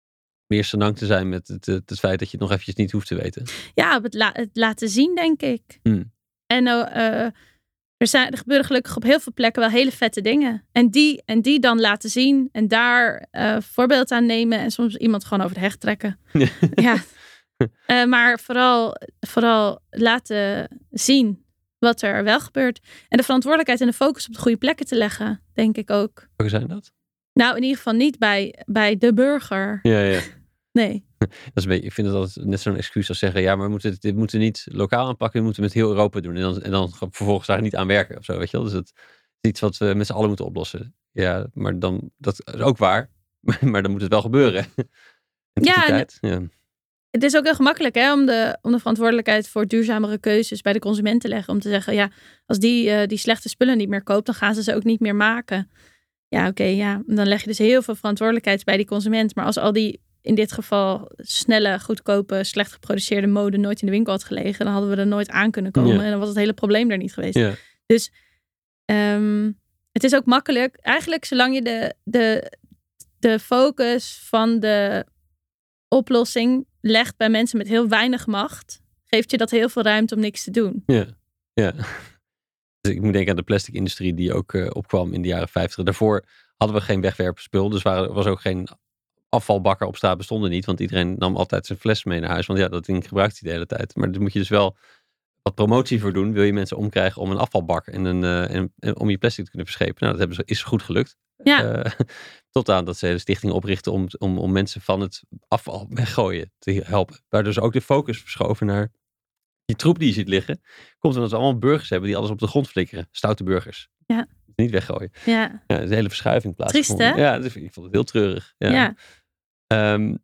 meer senang te zijn met het, het, het feit dat je het nog eventjes niet hoeft te weten. Ja, het, la- het laten zien, denk ik. Hmm. En uh, er, zijn, er gebeuren gelukkig op heel veel plekken wel hele vette dingen. En die, en die dan laten zien en daar uh, voorbeeld aan nemen en soms iemand gewoon over de heg trekken. Ja. Uh, maar vooral, vooral laten zien wat er wel gebeurt. En de verantwoordelijkheid en de focus op de goede plekken te leggen, denk ik ook. Welke zijn dat? Nou, in ieder geval niet bij, bij de burger. Ja, ja. Nee. Dat is een beetje, ik vind het altijd net zo'n excuus als zeggen, ja, maar we moeten, dit moeten we niet lokaal aanpakken, we moeten het met heel Europa doen. En dan, en dan vervolgens daar niet aan werken of zo, weet je wel. Dus het is iets wat we met z'n allen moeten oplossen. Ja, maar dan, dat is ook waar. Maar dan moet het wel gebeuren. Ja, en, ja. Het is ook heel gemakkelijk hè, om, de, om de verantwoordelijkheid voor duurzamere keuzes bij de consument te leggen. Om te zeggen, ja, als die, uh, die slechte spullen niet meer koopt, dan gaan ze ze ook niet meer maken. Ja, oké, okay, ja. Dan leg je dus heel veel verantwoordelijkheid bij die consument. Maar als al die, in dit geval, snelle, goedkope, slecht geproduceerde mode nooit in de winkel had gelegen, dan hadden we er nooit aan kunnen komen. Ja. En dan was het hele probleem er niet geweest. Ja. Dus um, het is ook makkelijk. Eigenlijk, zolang je de, de, de focus van de oplossing legt bij mensen met heel weinig macht, geeft je dat heel veel ruimte om niks te doen. Ja, ja. Dus ik moet denken aan de plastic industrie die ook uh, opkwam in de jaren vijftig. Daarvoor hadden we geen wegwerpspul, dus er was ook geen afvalbakker op straat, bestonden niet, want iedereen nam altijd zijn fles mee naar huis, want ja, dat ding gebruikt hij de hele tijd. Maar daar moet je dus wel wat promotie voor doen, wil je mensen omkrijgen om een afvalbak en, een, uh, en, en om je plastic te kunnen verschepen. Nou, dat hebben ze, is goed gelukt. Ja. Uh, tot aan dat ze de stichting oprichten om, om, om mensen van het afval weggooien te helpen. Waardoor ze ook de focus verschoven naar die troep die je ziet liggen. Komt omdat we allemaal burgers hebben die alles op de grond flikkeren. Stoute burgers. Ja. Niet weggooien. Ja. Ja, de hele verschuiving plaatsgevonden. Triest, hè? Ja, dus ik vond het heel treurig. Ja. ja. Um,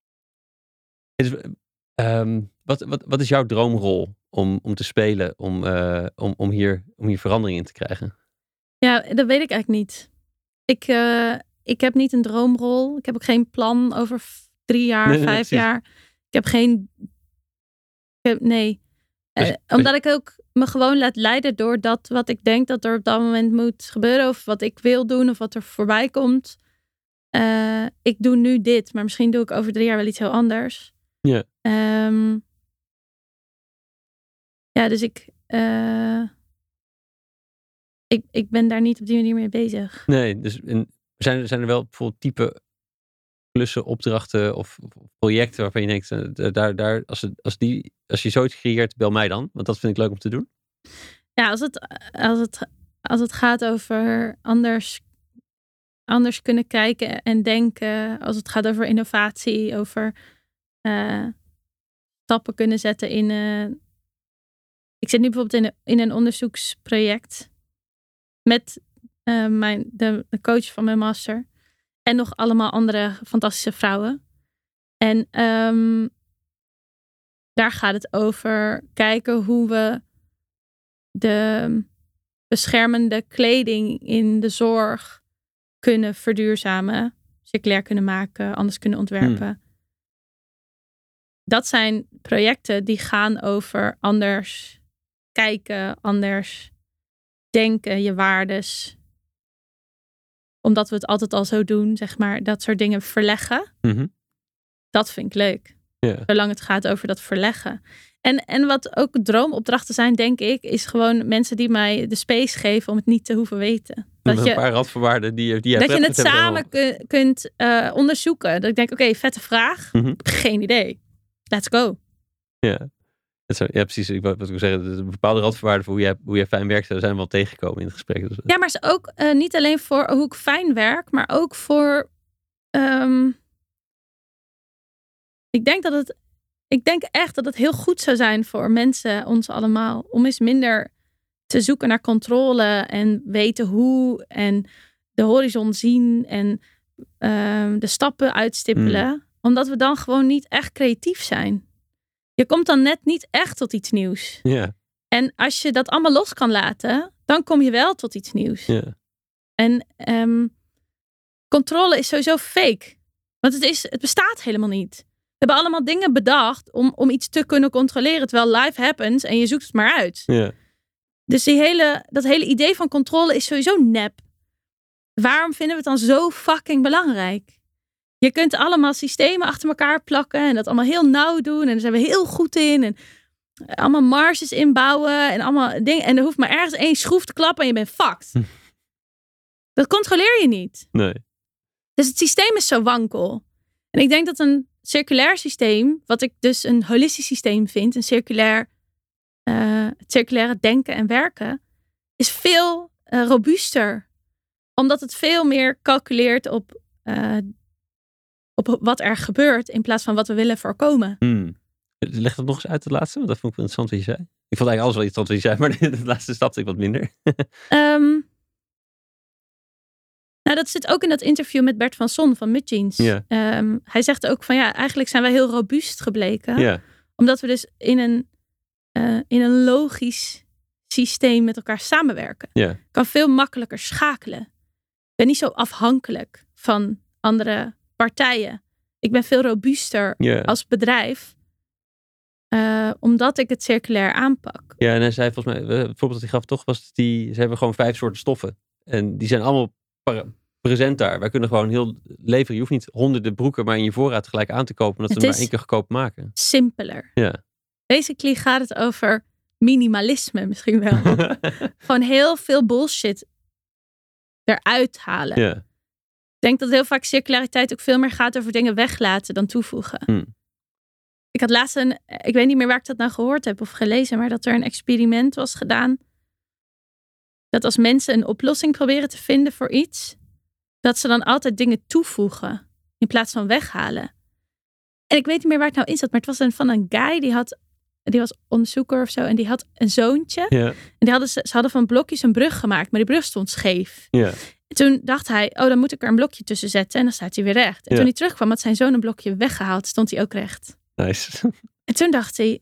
is, um, wat, wat, wat is jouw droomrol om, om te spelen, om, uh, om, om, hier, om hier verandering in te krijgen? Ja, dat weet ik eigenlijk niet. Ik, uh, ik heb niet een droomrol. Ik heb ook geen plan over f- drie jaar, nee, vijf nee, jaar. Ik heb geen... Ik heb, nee. Dus, uh, omdat ik ook me gewoon laat leiden door dat wat ik denk dat er op dat moment moet gebeuren. Of wat ik wil doen of wat er voorbij komt. Uh, ik doe nu dit, maar misschien doe ik over drie jaar wel iets heel anders. Ja. Um, ja, dus ik... Uh, Ik, ik ben daar niet op die manier mee bezig. Nee, dus in, zijn, zijn er wel bijvoorbeeld type klussen, opdrachten of, of projecten waarvan je denkt, uh, daar, daar, als, het, als, die, als je zoiets creëert, bel mij dan. Want dat vind ik leuk om te doen. Ja, als het, als het, als het gaat over anders, anders kunnen kijken en denken. Als het gaat over innovatie, over uh, stappen kunnen zetten in... Uh, ik zit nu bijvoorbeeld in een, in een onderzoeksproject met uh, mijn, de, de coach van mijn master. En nog allemaal andere fantastische vrouwen. En um, daar gaat het over kijken hoe we de beschermende kleding in de zorg kunnen verduurzamen. Circulair kunnen maken, anders kunnen ontwerpen. Hmm. Dat zijn projecten die gaan over anders kijken, anders denken, je waardes. Omdat we het altijd al zo doen, zeg maar, dat soort dingen verleggen. Mm-hmm. Dat vind ik leuk. Yeah. Zolang het gaat over dat verleggen. En, en wat ook droomopdrachten zijn, denk ik, is gewoon mensen die mij de space geven om het niet te hoeven weten. Dat je, een paar randvoorwaarden die, die dat je het samen kun, kunt uh, onderzoeken. Dat ik denk, oké, okay, vette vraag. Mm-hmm. Geen idee. Let's go. Ja. Ja, precies. Ik wat ik wil zeggen, bepaalde randvoorwaarden voor hoe jij, hoe jij fijn werkt, daar zijn we wel tegengekomen in het gesprek. Dus, ja, maar is ook uh, niet alleen voor hoe ik fijn werk, maar ook voor. Um, ik denk dat het. Ik denk echt dat het heel goed zou zijn voor mensen, ons allemaal, om eens minder te zoeken naar controle en weten hoe en de horizon zien en uh, de stappen uitstippelen, mm. omdat we dan gewoon niet echt creatief zijn. Je komt dan net niet echt tot iets nieuws. Yeah. En als je dat allemaal los kan laten, dan kom je wel tot iets nieuws. Yeah. En um, controle is sowieso fake. Want het, is, het bestaat helemaal niet. We hebben allemaal dingen bedacht om, om iets te kunnen controleren, terwijl life happens en je zoekt het maar uit. Yeah. Dus die hele, dat hele idee van controle is sowieso nep. Waarom vinden we het dan zo fucking belangrijk? Je kunt allemaal systemen achter elkaar plakken en dat allemaal heel nauw doen. En daar zijn we heel goed in. En allemaal marges inbouwen en allemaal dingen. En er hoeft maar ergens één schroef te klappen en je bent fucked. Hm. Dat controleer je niet. Nee. Dus het systeem is zo wankel. En ik denk dat een circulair systeem, wat ik dus een holistisch systeem vind, een circulair, uh, het circulaire denken en werken, is veel uh, robuuster. Omdat het veel meer calculeert op, uh, op wat er gebeurt in plaats van wat we willen voorkomen. Hmm. Leg dat nog eens uit, het laatste, want dat vond ik interessant wat je zei. Ik vond eigenlijk alles wel interessant wat je zei, maar de laatste stapte ik wat minder. um, nou, dat zit ook in dat interview met Bert van Son van Mudgeens. Ja. Um, hij zegt ook van ja, eigenlijk zijn wij heel robuust gebleken. Ja. Omdat we dus in een, uh, in een logisch systeem met elkaar samenwerken. Ja. Kan veel makkelijker schakelen. Ik ben niet zo afhankelijk van andere partijen. Ik ben veel robuuster ja. als bedrijf. Uh, omdat ik het circulair aanpak. Ja, en hij zei volgens mij, het voorbeeld dat hij gaf toch, was die, ze hebben gewoon vijf soorten stoffen. En die zijn allemaal present daar. Wij kunnen gewoon heel leveren. Je hoeft niet honderden broeken maar in je voorraad gelijk aan te kopen. Omdat we maar één keer goedkoop maken. Simpeler. Ja. Basically gaat het over minimalisme misschien wel. Gewoon heel veel bullshit eruit halen. Ja. Ik denk dat heel vaak circulariteit ook veel meer gaat over dingen weglaten dan toevoegen. Hmm. Ik had laatst een, ik weet niet meer waar ik dat nou gehoord heb of gelezen, maar dat er een experiment was gedaan. Dat als mensen een oplossing proberen te vinden voor iets, dat ze dan altijd dingen toevoegen in plaats van weghalen. En ik weet niet meer waar het nou in zat, maar het was een, van een guy die had, die was onderzoeker of zo en die had een zoontje. Ja. En die hadden, ze hadden van blokjes een brug gemaakt, maar die brug stond scheef. Ja. En toen dacht hij, oh dan moet ik er een blokje tussen zetten en dan staat hij weer recht. En ja. toen hij terugkwam had zijn zoon een blokje weggehaald, stond hij ook recht. Nice. En toen dacht hij,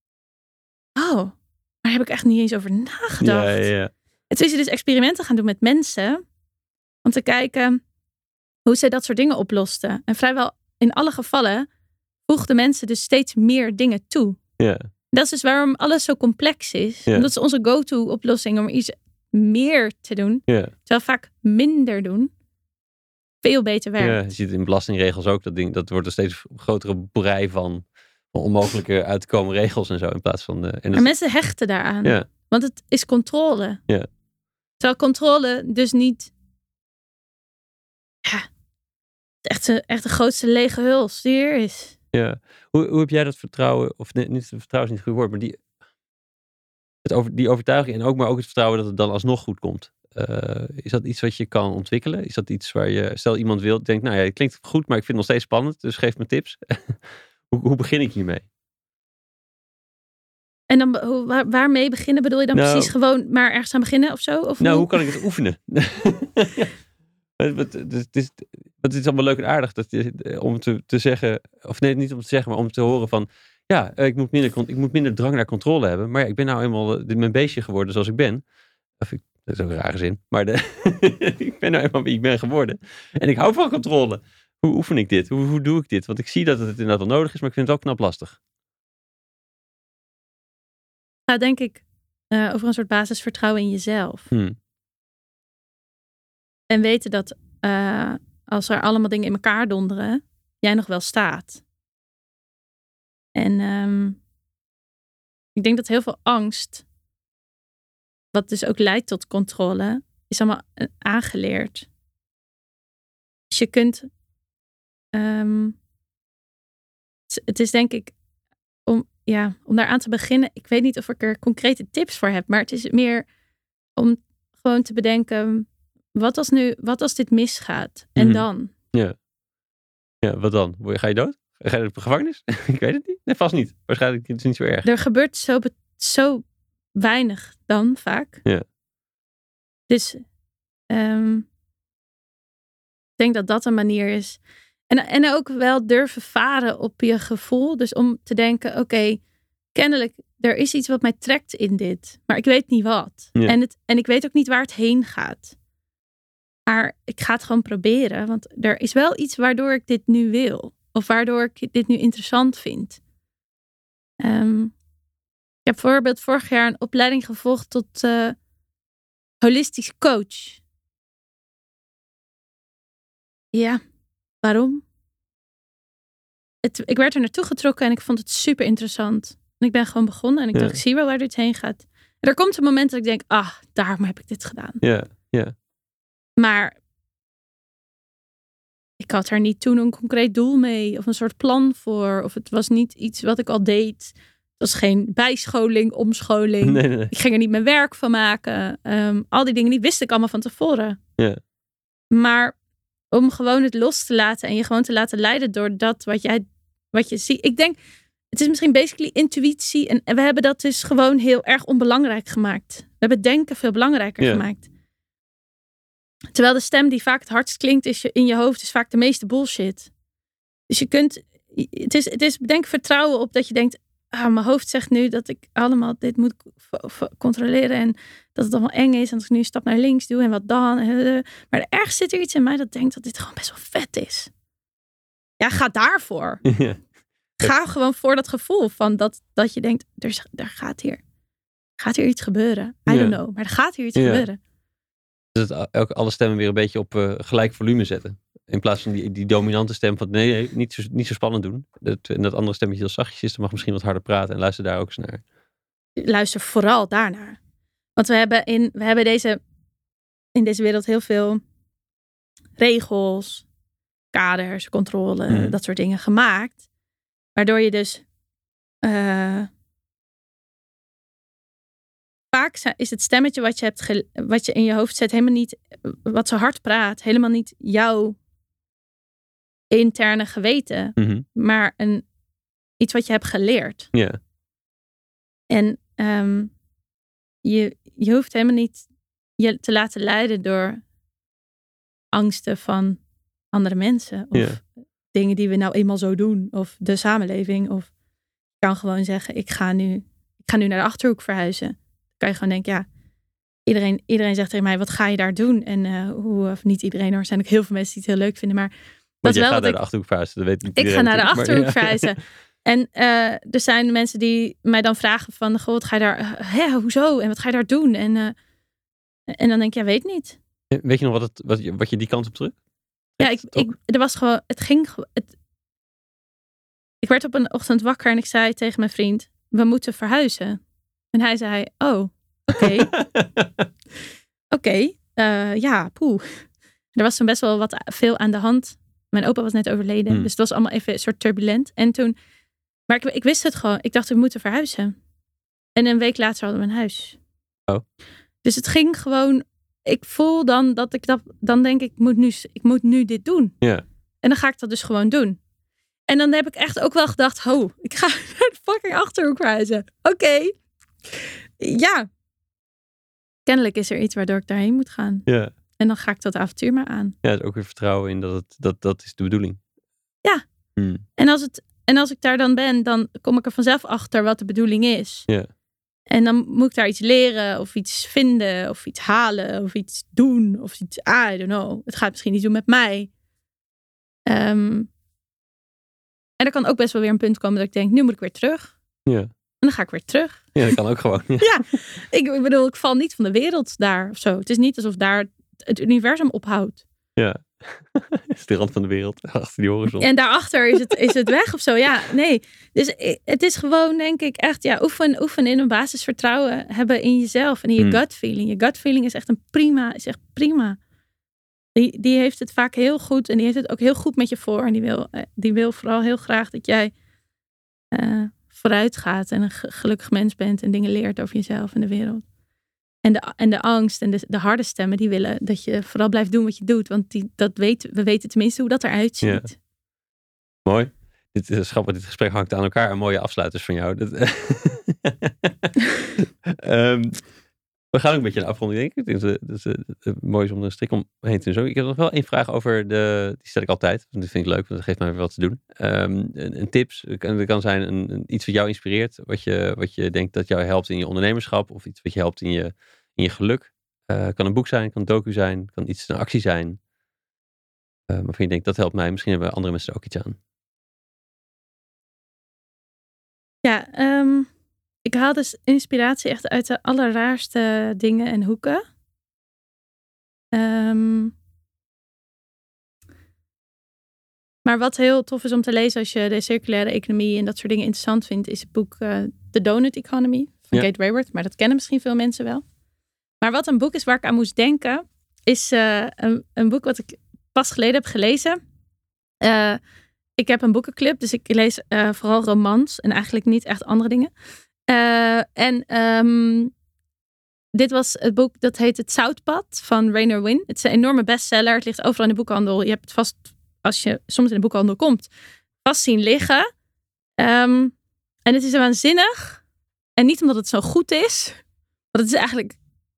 oh, daar heb ik echt niet eens over nagedacht. Ja, ja, ja. En toen is hij dus experimenten gaan doen met mensen. Om te kijken hoe zij dat soort dingen oplosten. En vrijwel in alle gevallen voegden mensen dus steeds meer dingen toe. Ja. Dat is dus waarom alles zo complex is. Ja. Dat is onze go-to oplossing om iets meer te doen. Ja. Terwijl vaak minder doen veel beter werkt. Ja, je ziet in belastingregels ook dat ding. Dat wordt een steeds grotere brei van, van onmogelijke uit te komen regels en zo. In plaats van. Uh, en maar dat... mensen hechten daaraan. Ja. Want het is controle. Ja. Terwijl controle dus niet. Ja. Echt de, echt de grootste lege huls die er is. Ja. Hoe, hoe heb jij dat vertrouwen, of nee, niet vertrouwen is niet het goede woord, maar die, het over, die overtuiging en ook maar ook het vertrouwen dat het dan alsnog goed komt. Uh, is dat iets wat je kan ontwikkelen? Is dat iets waar je, stel iemand wil, denkt, nou ja, het klinkt goed, maar ik vind het nog steeds spannend, dus geef me tips. hoe, hoe begin ik hiermee? En dan, waar, waarmee beginnen bedoel je dan nou, precies gewoon maar ergens aan beginnen of zo? Of nou, hoe? hoe kan ik het oefenen? ja. Het, het, het, is, het is allemaal leuk en aardig dat je, om te, te zeggen, of nee, niet om te zeggen, maar om te horen van, ja, ik moet minder, ik moet minder drang naar controle hebben, maar ja, ik ben nou eenmaal mijn beestje geworden zoals ik ben. Of ik, dat is ook een rare zin, maar de, ik ben nou eenmaal wie ik ben geworden. En ik hou van controle. Hoe oefen ik dit? Hoe, hoe doe ik dit? Want ik zie dat het inderdaad wel nodig is, maar ik vind het ook knap lastig. Nou, denk ik uh, over een soort basisvertrouwen in jezelf. Hmm. En weten dat uh, als er allemaal dingen in elkaar donderen, jij nog wel staat. En um, ik denk dat heel veel angst, wat dus ook leidt tot controle, is allemaal aangeleerd. Dus je kunt, um, het is denk ik, om, ja, om daaraan te beginnen, ik weet niet of ik er concrete tips voor heb, maar het is meer om gewoon te bedenken, wat als nu, wat als dit misgaat? En mm-hmm. dan? Ja. Ja, wat dan? Ga je dood? Ga je op de gevangenis? Ik weet het niet. Nee, vast niet. Waarschijnlijk is het niet zo erg. Er gebeurt zo, zo weinig dan vaak. Ja. Dus um, ik denk dat dat een manier is. En, en ook wel durven varen op je gevoel. Dus om te denken, oké, okay, kennelijk, er is iets wat mij trekt in dit. Maar ik weet niet wat. Ja. En, het, en ik weet ook niet waar het heen gaat. Maar ik ga het gewoon proberen. Want er is wel iets waardoor ik dit nu wil. Of waardoor ik dit nu interessant vind. Um, ik heb bijvoorbeeld vorig jaar een opleiding gevolgd tot uh, holistisch coach. Ja, waarom? het, ik werd er naartoe getrokken en ik vond het super interessant. En ik ben gewoon begonnen en ik ja. dacht, ik zie wel waar dit heen gaat. En er komt een moment dat ik denk, ah, daarom heb ik dit gedaan. Ja, ja. Maar ik had er niet toen een concreet doel mee of een soort plan voor. Of het was niet iets wat ik al deed. Het was geen bijscholing, omscholing. Nee, nee, nee. Ik ging er niet mijn werk van maken. Um, al die dingen die wist ik allemaal van tevoren. Ja. Maar om gewoon het los te laten en je gewoon te laten leiden door dat wat jij, wat je ziet. Ik denk, het is misschien basically intuïtie. En, en we hebben dat dus gewoon heel erg onbelangrijk gemaakt. We hebben denken veel belangrijker ja. gemaakt. Terwijl de stem die vaak het hardst klinkt is je, in je hoofd is vaak de meeste bullshit. Dus je kunt, het is, het is denk vertrouwen op dat je denkt, ah, mijn hoofd zegt nu dat ik allemaal dit moet controleren en dat het allemaal eng is. En als ik nu een stap naar links doe en wat dan. Maar ergens zit er iets in mij dat denkt dat dit gewoon best wel vet is. Ja, ga daarvoor. Ja. Ga gewoon voor dat gevoel van dat, dat je denkt, er, er gaat hier, gaat hier iets gebeuren. I ja. don't know, maar er gaat hier iets ja. gebeuren. Dus het, elke, alle stemmen weer een beetje op uh, gelijk volume zetten. In plaats van die, die dominante stem van nee, nee niet, zo, niet zo spannend doen. Dat, en dat andere stemmetje heel zachtjes is, dan mag misschien wat harder praten en luister daar ook eens naar. Luister vooral daarnaar. Want we hebben in, we hebben deze, in deze wereld heel veel regels, kaders, controle, mm. dat soort dingen gemaakt. Waardoor je dus uh, vaak is het stemmetje wat je, hebt ge, wat je in je hoofd zet helemaal niet, wat zo hard praat, helemaal niet jouw interne geweten, mm-hmm. maar een, iets wat je hebt geleerd. Ja. Yeah. En um, je, je hoeft helemaal niet je te laten leiden door angsten van andere mensen. Of yeah. dingen die we nou eenmaal zo doen. Of de samenleving. Of je kan gewoon zeggen, ik ga nu, ik ga nu naar de Achterhoek verhuizen. Dan kan je gewoon denken, ja, iedereen, iedereen zegt tegen mij, wat ga je daar doen? En uh, hoe, of niet iedereen, er zijn ook heel veel mensen die het heel leuk vinden. Maar dat is wel gaat naar ik, de Achterhoek verhuizen, dat weet niet Ik ga naar de natuurlijk, Achterhoek maar, ja. verhuizen. En uh, er zijn mensen die mij dan vragen van, goh, wat ga je daar, uh, hè, hoezo? En wat ga je daar doen? En, uh, en dan denk ik, ja, weet niet. Weet je nog wat, het, wat, je, wat je die kant op terug? Ja, ik, ik, er was gewoon, het ging, het, ik werd op een ochtend wakker en ik zei tegen mijn vriend, we moeten verhuizen. En hij zei, oh, oké. Okay. oké, okay, uh, ja, poeh. Er was toen best wel wat veel aan de hand. Mijn opa was net overleden, hmm. dus het was allemaal even een soort turbulent. En toen, maar ik, ik wist het gewoon. Ik dacht, we moeten verhuizen. En een week later hadden we een huis. Oh. Dus het ging gewoon, ik voel dan dat ik dat, dan denk ik, ik moet nu, ik moet nu dit doen. Yeah. En dan ga ik dat dus gewoon doen. En dan heb ik echt ook wel gedacht, ho, ik ga naar de fucking Achterhoek verhuizen. Oké. Okay. Ja. Kennelijk is er iets waardoor ik daarheen moet gaan. Ja. Yeah. En dan ga ik dat avontuur maar aan. Ja, dus ook weer vertrouwen in dat het, dat, dat is de bedoeling. Ja. Hmm. En, als het, en als ik daar dan ben, dan kom ik er vanzelf achter wat de bedoeling is. Ja. En dan moet ik daar iets leren of iets vinden of iets halen of iets doen of iets, I don't know. Het gaat misschien niet doen met mij. Um, en er kan ook best wel weer een punt komen dat ik denk, nu moet ik weer terug. Ja. En dan ga ik weer terug. Ja, dat kan ook gewoon. Ja, ja ik, ik bedoel, ik val niet van de wereld daar of zo. Het is niet alsof daar het universum ophoudt. Ja, het is de rand van de wereld, achter die horizon. En daarachter is het, is het weg of zo. Ja, nee. Dus het is gewoon, denk ik, echt, ja, oefen, oefen in een basisvertrouwen hebben in jezelf en in je hmm. gut feeling. Je gut feeling is echt een prima, is echt prima. Die, die heeft het vaak heel goed en die heeft het ook heel goed met je voor. En die wil, die wil vooral heel graag dat jij uh, vooruit gaat en een gelukkig mens bent en dingen leert over jezelf en de wereld. En de, en de angst en de, de harde stemmen, die willen dat je vooral blijft doen wat je doet. Want die, dat weet, we weten tenminste hoe dat eruit ziet. Ja. Mooi. Dit is grappig, dit gesprek hangt aan elkaar. Een mooie afsluiters van jou. Dat, um, we gaan ook een beetje naar afronding, denk ik. Het is, het is, het is mooi is om er een strik omheen te doen. Zo. Ik heb nog wel één vraag over de... Die stel ik altijd. Want dat vind ik leuk, want dat geeft mij weer wat te doen. Um, een, een tips. Het kan, kan zijn een, een, iets wat jou inspireert. Wat je, wat je denkt dat jou helpt in je ondernemerschap. Of iets wat je helpt in je, in je geluk. Uh, kan een boek zijn, kan een docu zijn. Kan iets, een actie zijn. Uh, waarvan je denkt, dat helpt mij. Misschien hebben andere mensen er ook iets aan. Ja, um... ik haal dus inspiratie echt uit de allerraarste dingen en hoeken. Um, Maar wat heel tof is om te lezen als je de circulaire economie en dat soort dingen interessant vindt, is het boek uh, The Donut Economy van ja. Kate Raworth. Maar dat kennen misschien veel mensen wel. Maar wat een boek is waar ik aan moest denken, is uh, een, een boek wat ik pas geleden heb gelezen. Uh, ik heb een boekenclub, dus ik lees uh, vooral romans en eigenlijk niet echt andere dingen. Uh, en um, dit was het boek, dat heet Het Zoutpad van Rainier Winn. Het is een enorme bestseller. Het ligt overal in de boekhandel. Je hebt het vast, als je soms in de boekhandel komt, vast zien liggen. Um, en het is waanzinnig. En niet omdat het zo goed is. Want het is eigenlijk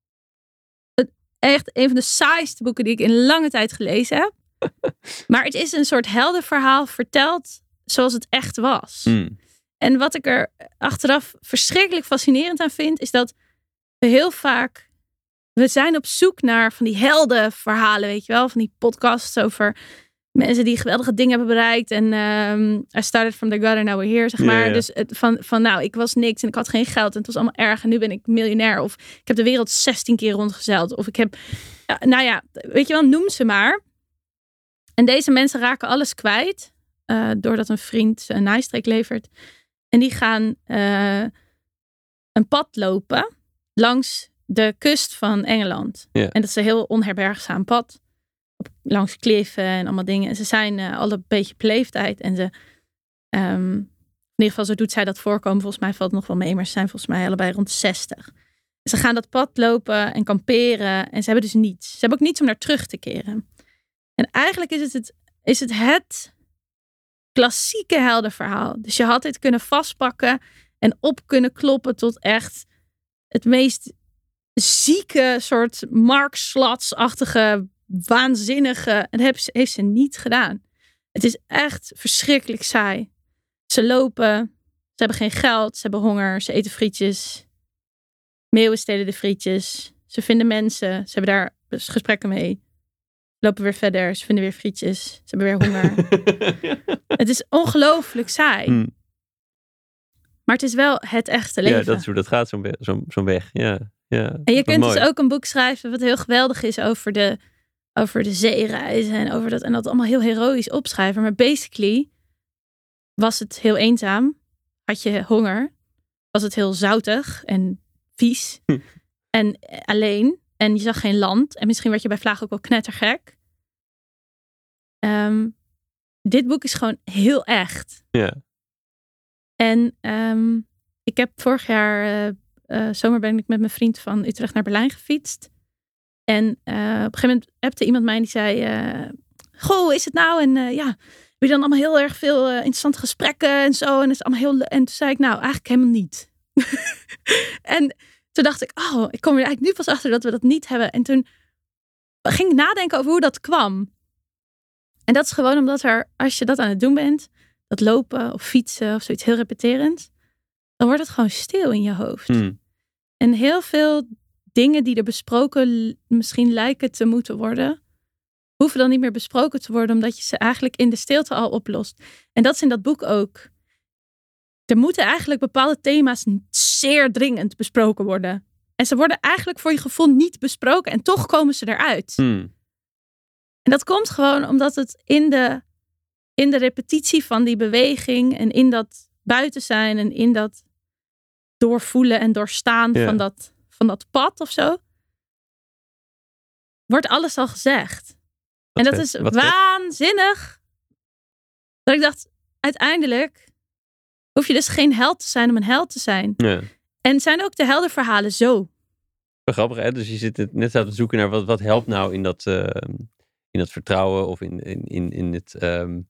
het, echt een van de saaiste boeken die ik in lange tijd gelezen heb. Maar het is een soort heldenverhaal verteld zoals het echt was. Mm. En wat ik er achteraf verschrikkelijk fascinerend aan vind, is dat we heel vaak, we zijn op zoek naar van die heldenverhalen, weet je wel, van die podcasts over mensen die geweldige dingen hebben bereikt. En um, I started from the gutter, now we're here, zeg maar. Yeah, yeah. Dus het, van, van nou, ik was niks en ik had geen geld en het was allemaal erg en nu ben ik miljonair. Of ik heb de wereld zestien keer rondgezeild. Of ik heb, ja, nou ja, weet je wel, noem ze maar. En deze mensen raken alles kwijt, uh, doordat een vriend een naaistreek levert. En die gaan uh, een pad lopen langs de kust van Engeland. Yeah. En dat is een heel onherbergzaam pad. Op, langs kliffen en allemaal dingen. En ze zijn uh, al een beetje op leeftijd. En ze, um, in ieder geval zo doet zij dat voorkomen. Volgens mij valt het nog wel mee. Maar ze zijn volgens mij allebei rond de zestig. Ze gaan dat pad lopen en kamperen. En ze hebben dus niets. Ze hebben ook niets om naar terug te keren. En eigenlijk is het het, is het, het klassieke heldenverhaal. Dus je had dit kunnen vastpakken en op kunnen kloppen tot echt het meest zieke soort Mark Slats-achtige, waanzinnige. En dat heeft, heeft ze niet gedaan. Het is echt verschrikkelijk saai. Ze lopen, ze hebben geen geld, ze hebben honger, ze eten frietjes. Meeuwen stelen de frietjes. Ze vinden mensen, ze hebben daar dus gesprekken mee. Lopen weer verder, ze vinden weer frietjes. Ze hebben weer honger. Het is ongelooflijk saai. Mm. Maar het is wel het echte leven. Ja, dat, is hoe dat gaat, zo'n, be- zo'n, zo'n weg. Ja, ja, en je kunt mooi. Dus ook een boek schrijven wat heel geweldig is over de, over de zeereizen. En, over dat, en dat allemaal heel heroïs opschrijven. Maar basically was het heel eenzaam. Had je honger. Was het heel zoutig en vies. Hm. En alleen. En je zag geen land. En misschien werd je bij vlagen ook wel knettergek. Um, dit boek is gewoon heel echt. Ja. En um, ik heb vorig jaar, uh, uh, zomer ben ik met mijn vriend van Utrecht naar Berlijn gefietst. En uh, op een gegeven moment appte iemand mij en die zei, uh, goh, hoe is het nou? En uh, ja, heb je dan allemaal heel erg veel uh, interessante gesprekken en zo. En, is allemaal heel le- en toen zei ik, nou, eigenlijk helemaal niet. En toen dacht ik, oh, ik kom er eigenlijk nu pas achter dat we dat niet hebben. En toen ging ik nadenken over hoe dat kwam. En dat is gewoon omdat er, als je dat aan het doen bent, dat lopen of fietsen of zoiets heel repeterend, dan wordt het gewoon stil in je hoofd. Mm. En heel veel dingen die er besproken misschien lijken te moeten worden, hoeven dan niet meer besproken te worden, omdat je ze eigenlijk in de stilte al oplost. En dat is in dat boek ook. Er moeten eigenlijk bepaalde thema's zeer dringend besproken worden. En ze worden eigenlijk voor je gevoel niet besproken. En toch komen ze eruit. Mm. En dat komt gewoon omdat het in de, in de repetitie van die beweging en in dat buiten zijn en in dat doorvoelen en doorstaan yeah. van, dat, van dat pad of zo, wordt alles al gezegd. Wat en dat vet. is Wat waanzinnig. Vet. Dat ik dacht, uiteindelijk hoef je dus geen held te zijn om een held te zijn. Ja. En zijn ook de heldenverhalen zo. Wel grappig, hè? Dus je zit net aan het zoeken naar wat, wat helpt nou in dat, uh, in dat vertrouwen of in, in, in, in het... Um...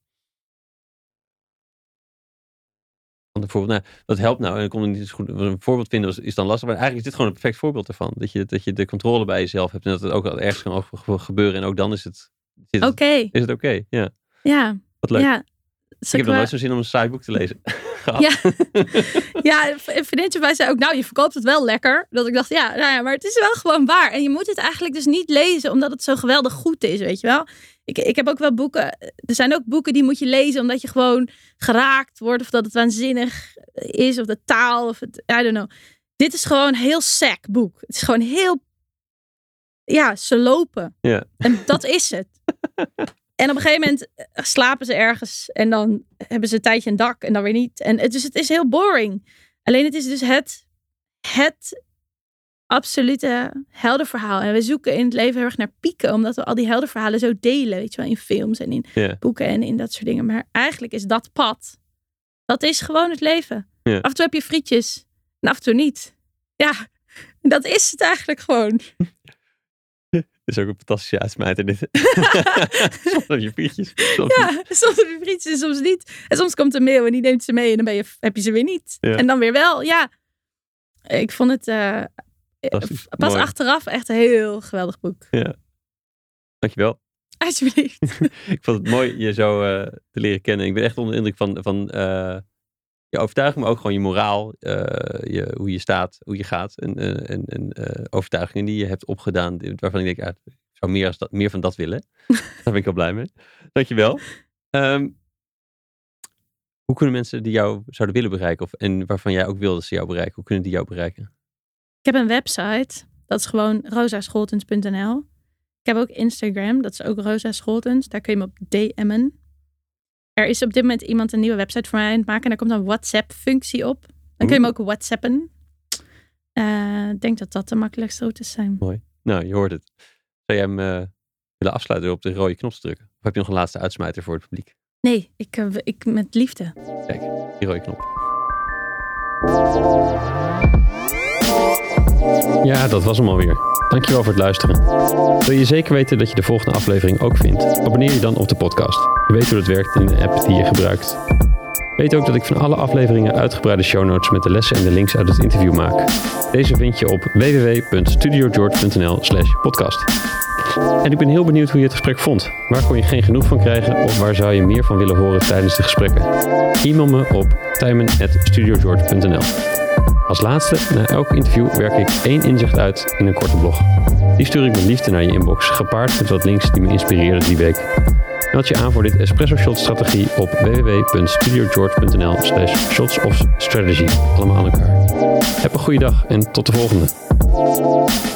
Bijvoorbeeld, nou, wat helpt nou? En dan kon ik niet eens goed een voorbeeld vinden, is dan lastig. Maar eigenlijk is dit gewoon een perfect voorbeeld ervan. Dat je, dat je de controle bij jezelf hebt en dat het ook ergens kan gebeuren. En ook dan is het oké. Okay. Is het oké, okay. Ja. Ja. Wat leuk. Ja. Ik heb nog nooit zo'n zin om een saai boek te lezen. Ja, ja, een vriendinnetje bij mij zei ook, nou, je verkoopt het wel lekker. Dat ik dacht, ja, nou ja, maar het is wel gewoon waar. En je moet het eigenlijk dus niet lezen omdat het zo geweldig goed is, weet je wel. Ik, ik heb ook wel boeken, er zijn ook boeken die moet je lezen omdat je gewoon geraakt wordt. Of dat het waanzinnig is, of de taal, of het, I don't know. Dit is gewoon een heel sec boek. Het is gewoon heel, ja, ze lopen. Ja. En dat is het. En op een gegeven moment slapen ze ergens en dan hebben ze een tijdje een dak en dan weer niet. En het, dus het is heel boring. Alleen het is dus het, het absolute heldenverhaal. En we zoeken in het leven heel erg naar pieken, omdat we al die heldenverhalen zo delen, weet je wel, in films en in yeah. boeken en in dat soort dingen. Maar eigenlijk is dat pad, dat is gewoon het leven. Yeah. Af en toe heb je frietjes en af en toe niet. Ja, dat is het eigenlijk gewoon. Dat is ook een fantastische uitsmijter dit. Soms heb je frietjes. Soms ja, niet. Soms heb je frietjes en soms niet. En soms komt een mail en die neemt ze mee en dan ben je, heb je ze weer niet. Ja. En dan weer wel. Ja, ik vond het uh, pas mooi. Achteraf echt een heel geweldig boek. Ja. Dankjewel. Alsjeblieft. Ik vond het mooi je zo uh, te leren kennen. Ik ben echt onder de indruk van, van uh, je overtuiging, maar ook gewoon je moraal. Uh, je, hoe je staat, hoe je gaat. En, uh, en, en uh, overtuigingen die je hebt opgedaan. Waarvan ik denk, ah, ik zou meer, als dat, meer van dat willen. Daar ben ik heel blij mee. Dankjewel. Um, hoe kunnen mensen die jou zouden willen bereiken? Of, en waarvan jij ook wil dat ze jou bereiken. Hoe kunnen die jou bereiken? Ik heb een website. Dat is gewoon rosa scholtens punt n l. Ik heb ook Instagram. Dat is ook Rosa Scholtens. Daar kun je me op D M'en. Er is op dit moment iemand een nieuwe website voor mij aan het maken. En daar komt een WhatsApp-functie op. Dan kun je me ook WhatsAppen. Uh, ik denk dat dat de makkelijkste routes zijn. Mooi. Nou, je hoort het. Zou jij hem uh, willen afsluiten door op de rode knop te drukken? Of heb je nog een laatste uitsmijter voor het publiek? Nee, ik, uh, ik met liefde. Kijk, die rode knop. Ja, dat was hem alweer. Dankjewel voor het luisteren. Wil je zeker weten dat je de volgende aflevering ook vindt? Abonneer je dan op de podcast. Je weet hoe dat werkt in de app die je gebruikt. Weet ook dat ik van alle afleveringen uitgebreide show notes met de lessen en de links uit het interview maak. Deze vind je op w w w punt studio george punt n l slash podcast. En ik ben heel benieuwd hoe je het gesprek vond. Waar kon je geen genoeg van krijgen of waar zou je meer van willen horen tijdens de gesprekken? E-mail me op tijmen at studio george punt n l. Als laatste, na elk interview werk ik één inzicht uit in een korte blog. Die stuur ik met liefde naar je inbox, gepaard met wat links die me inspireerden die week. Meld je aan voor dit Espresso Shot strategie op w w w punt studio george punt n l slash shots of strategy. Allemaal aan elkaar. Heb een goede dag en tot de volgende.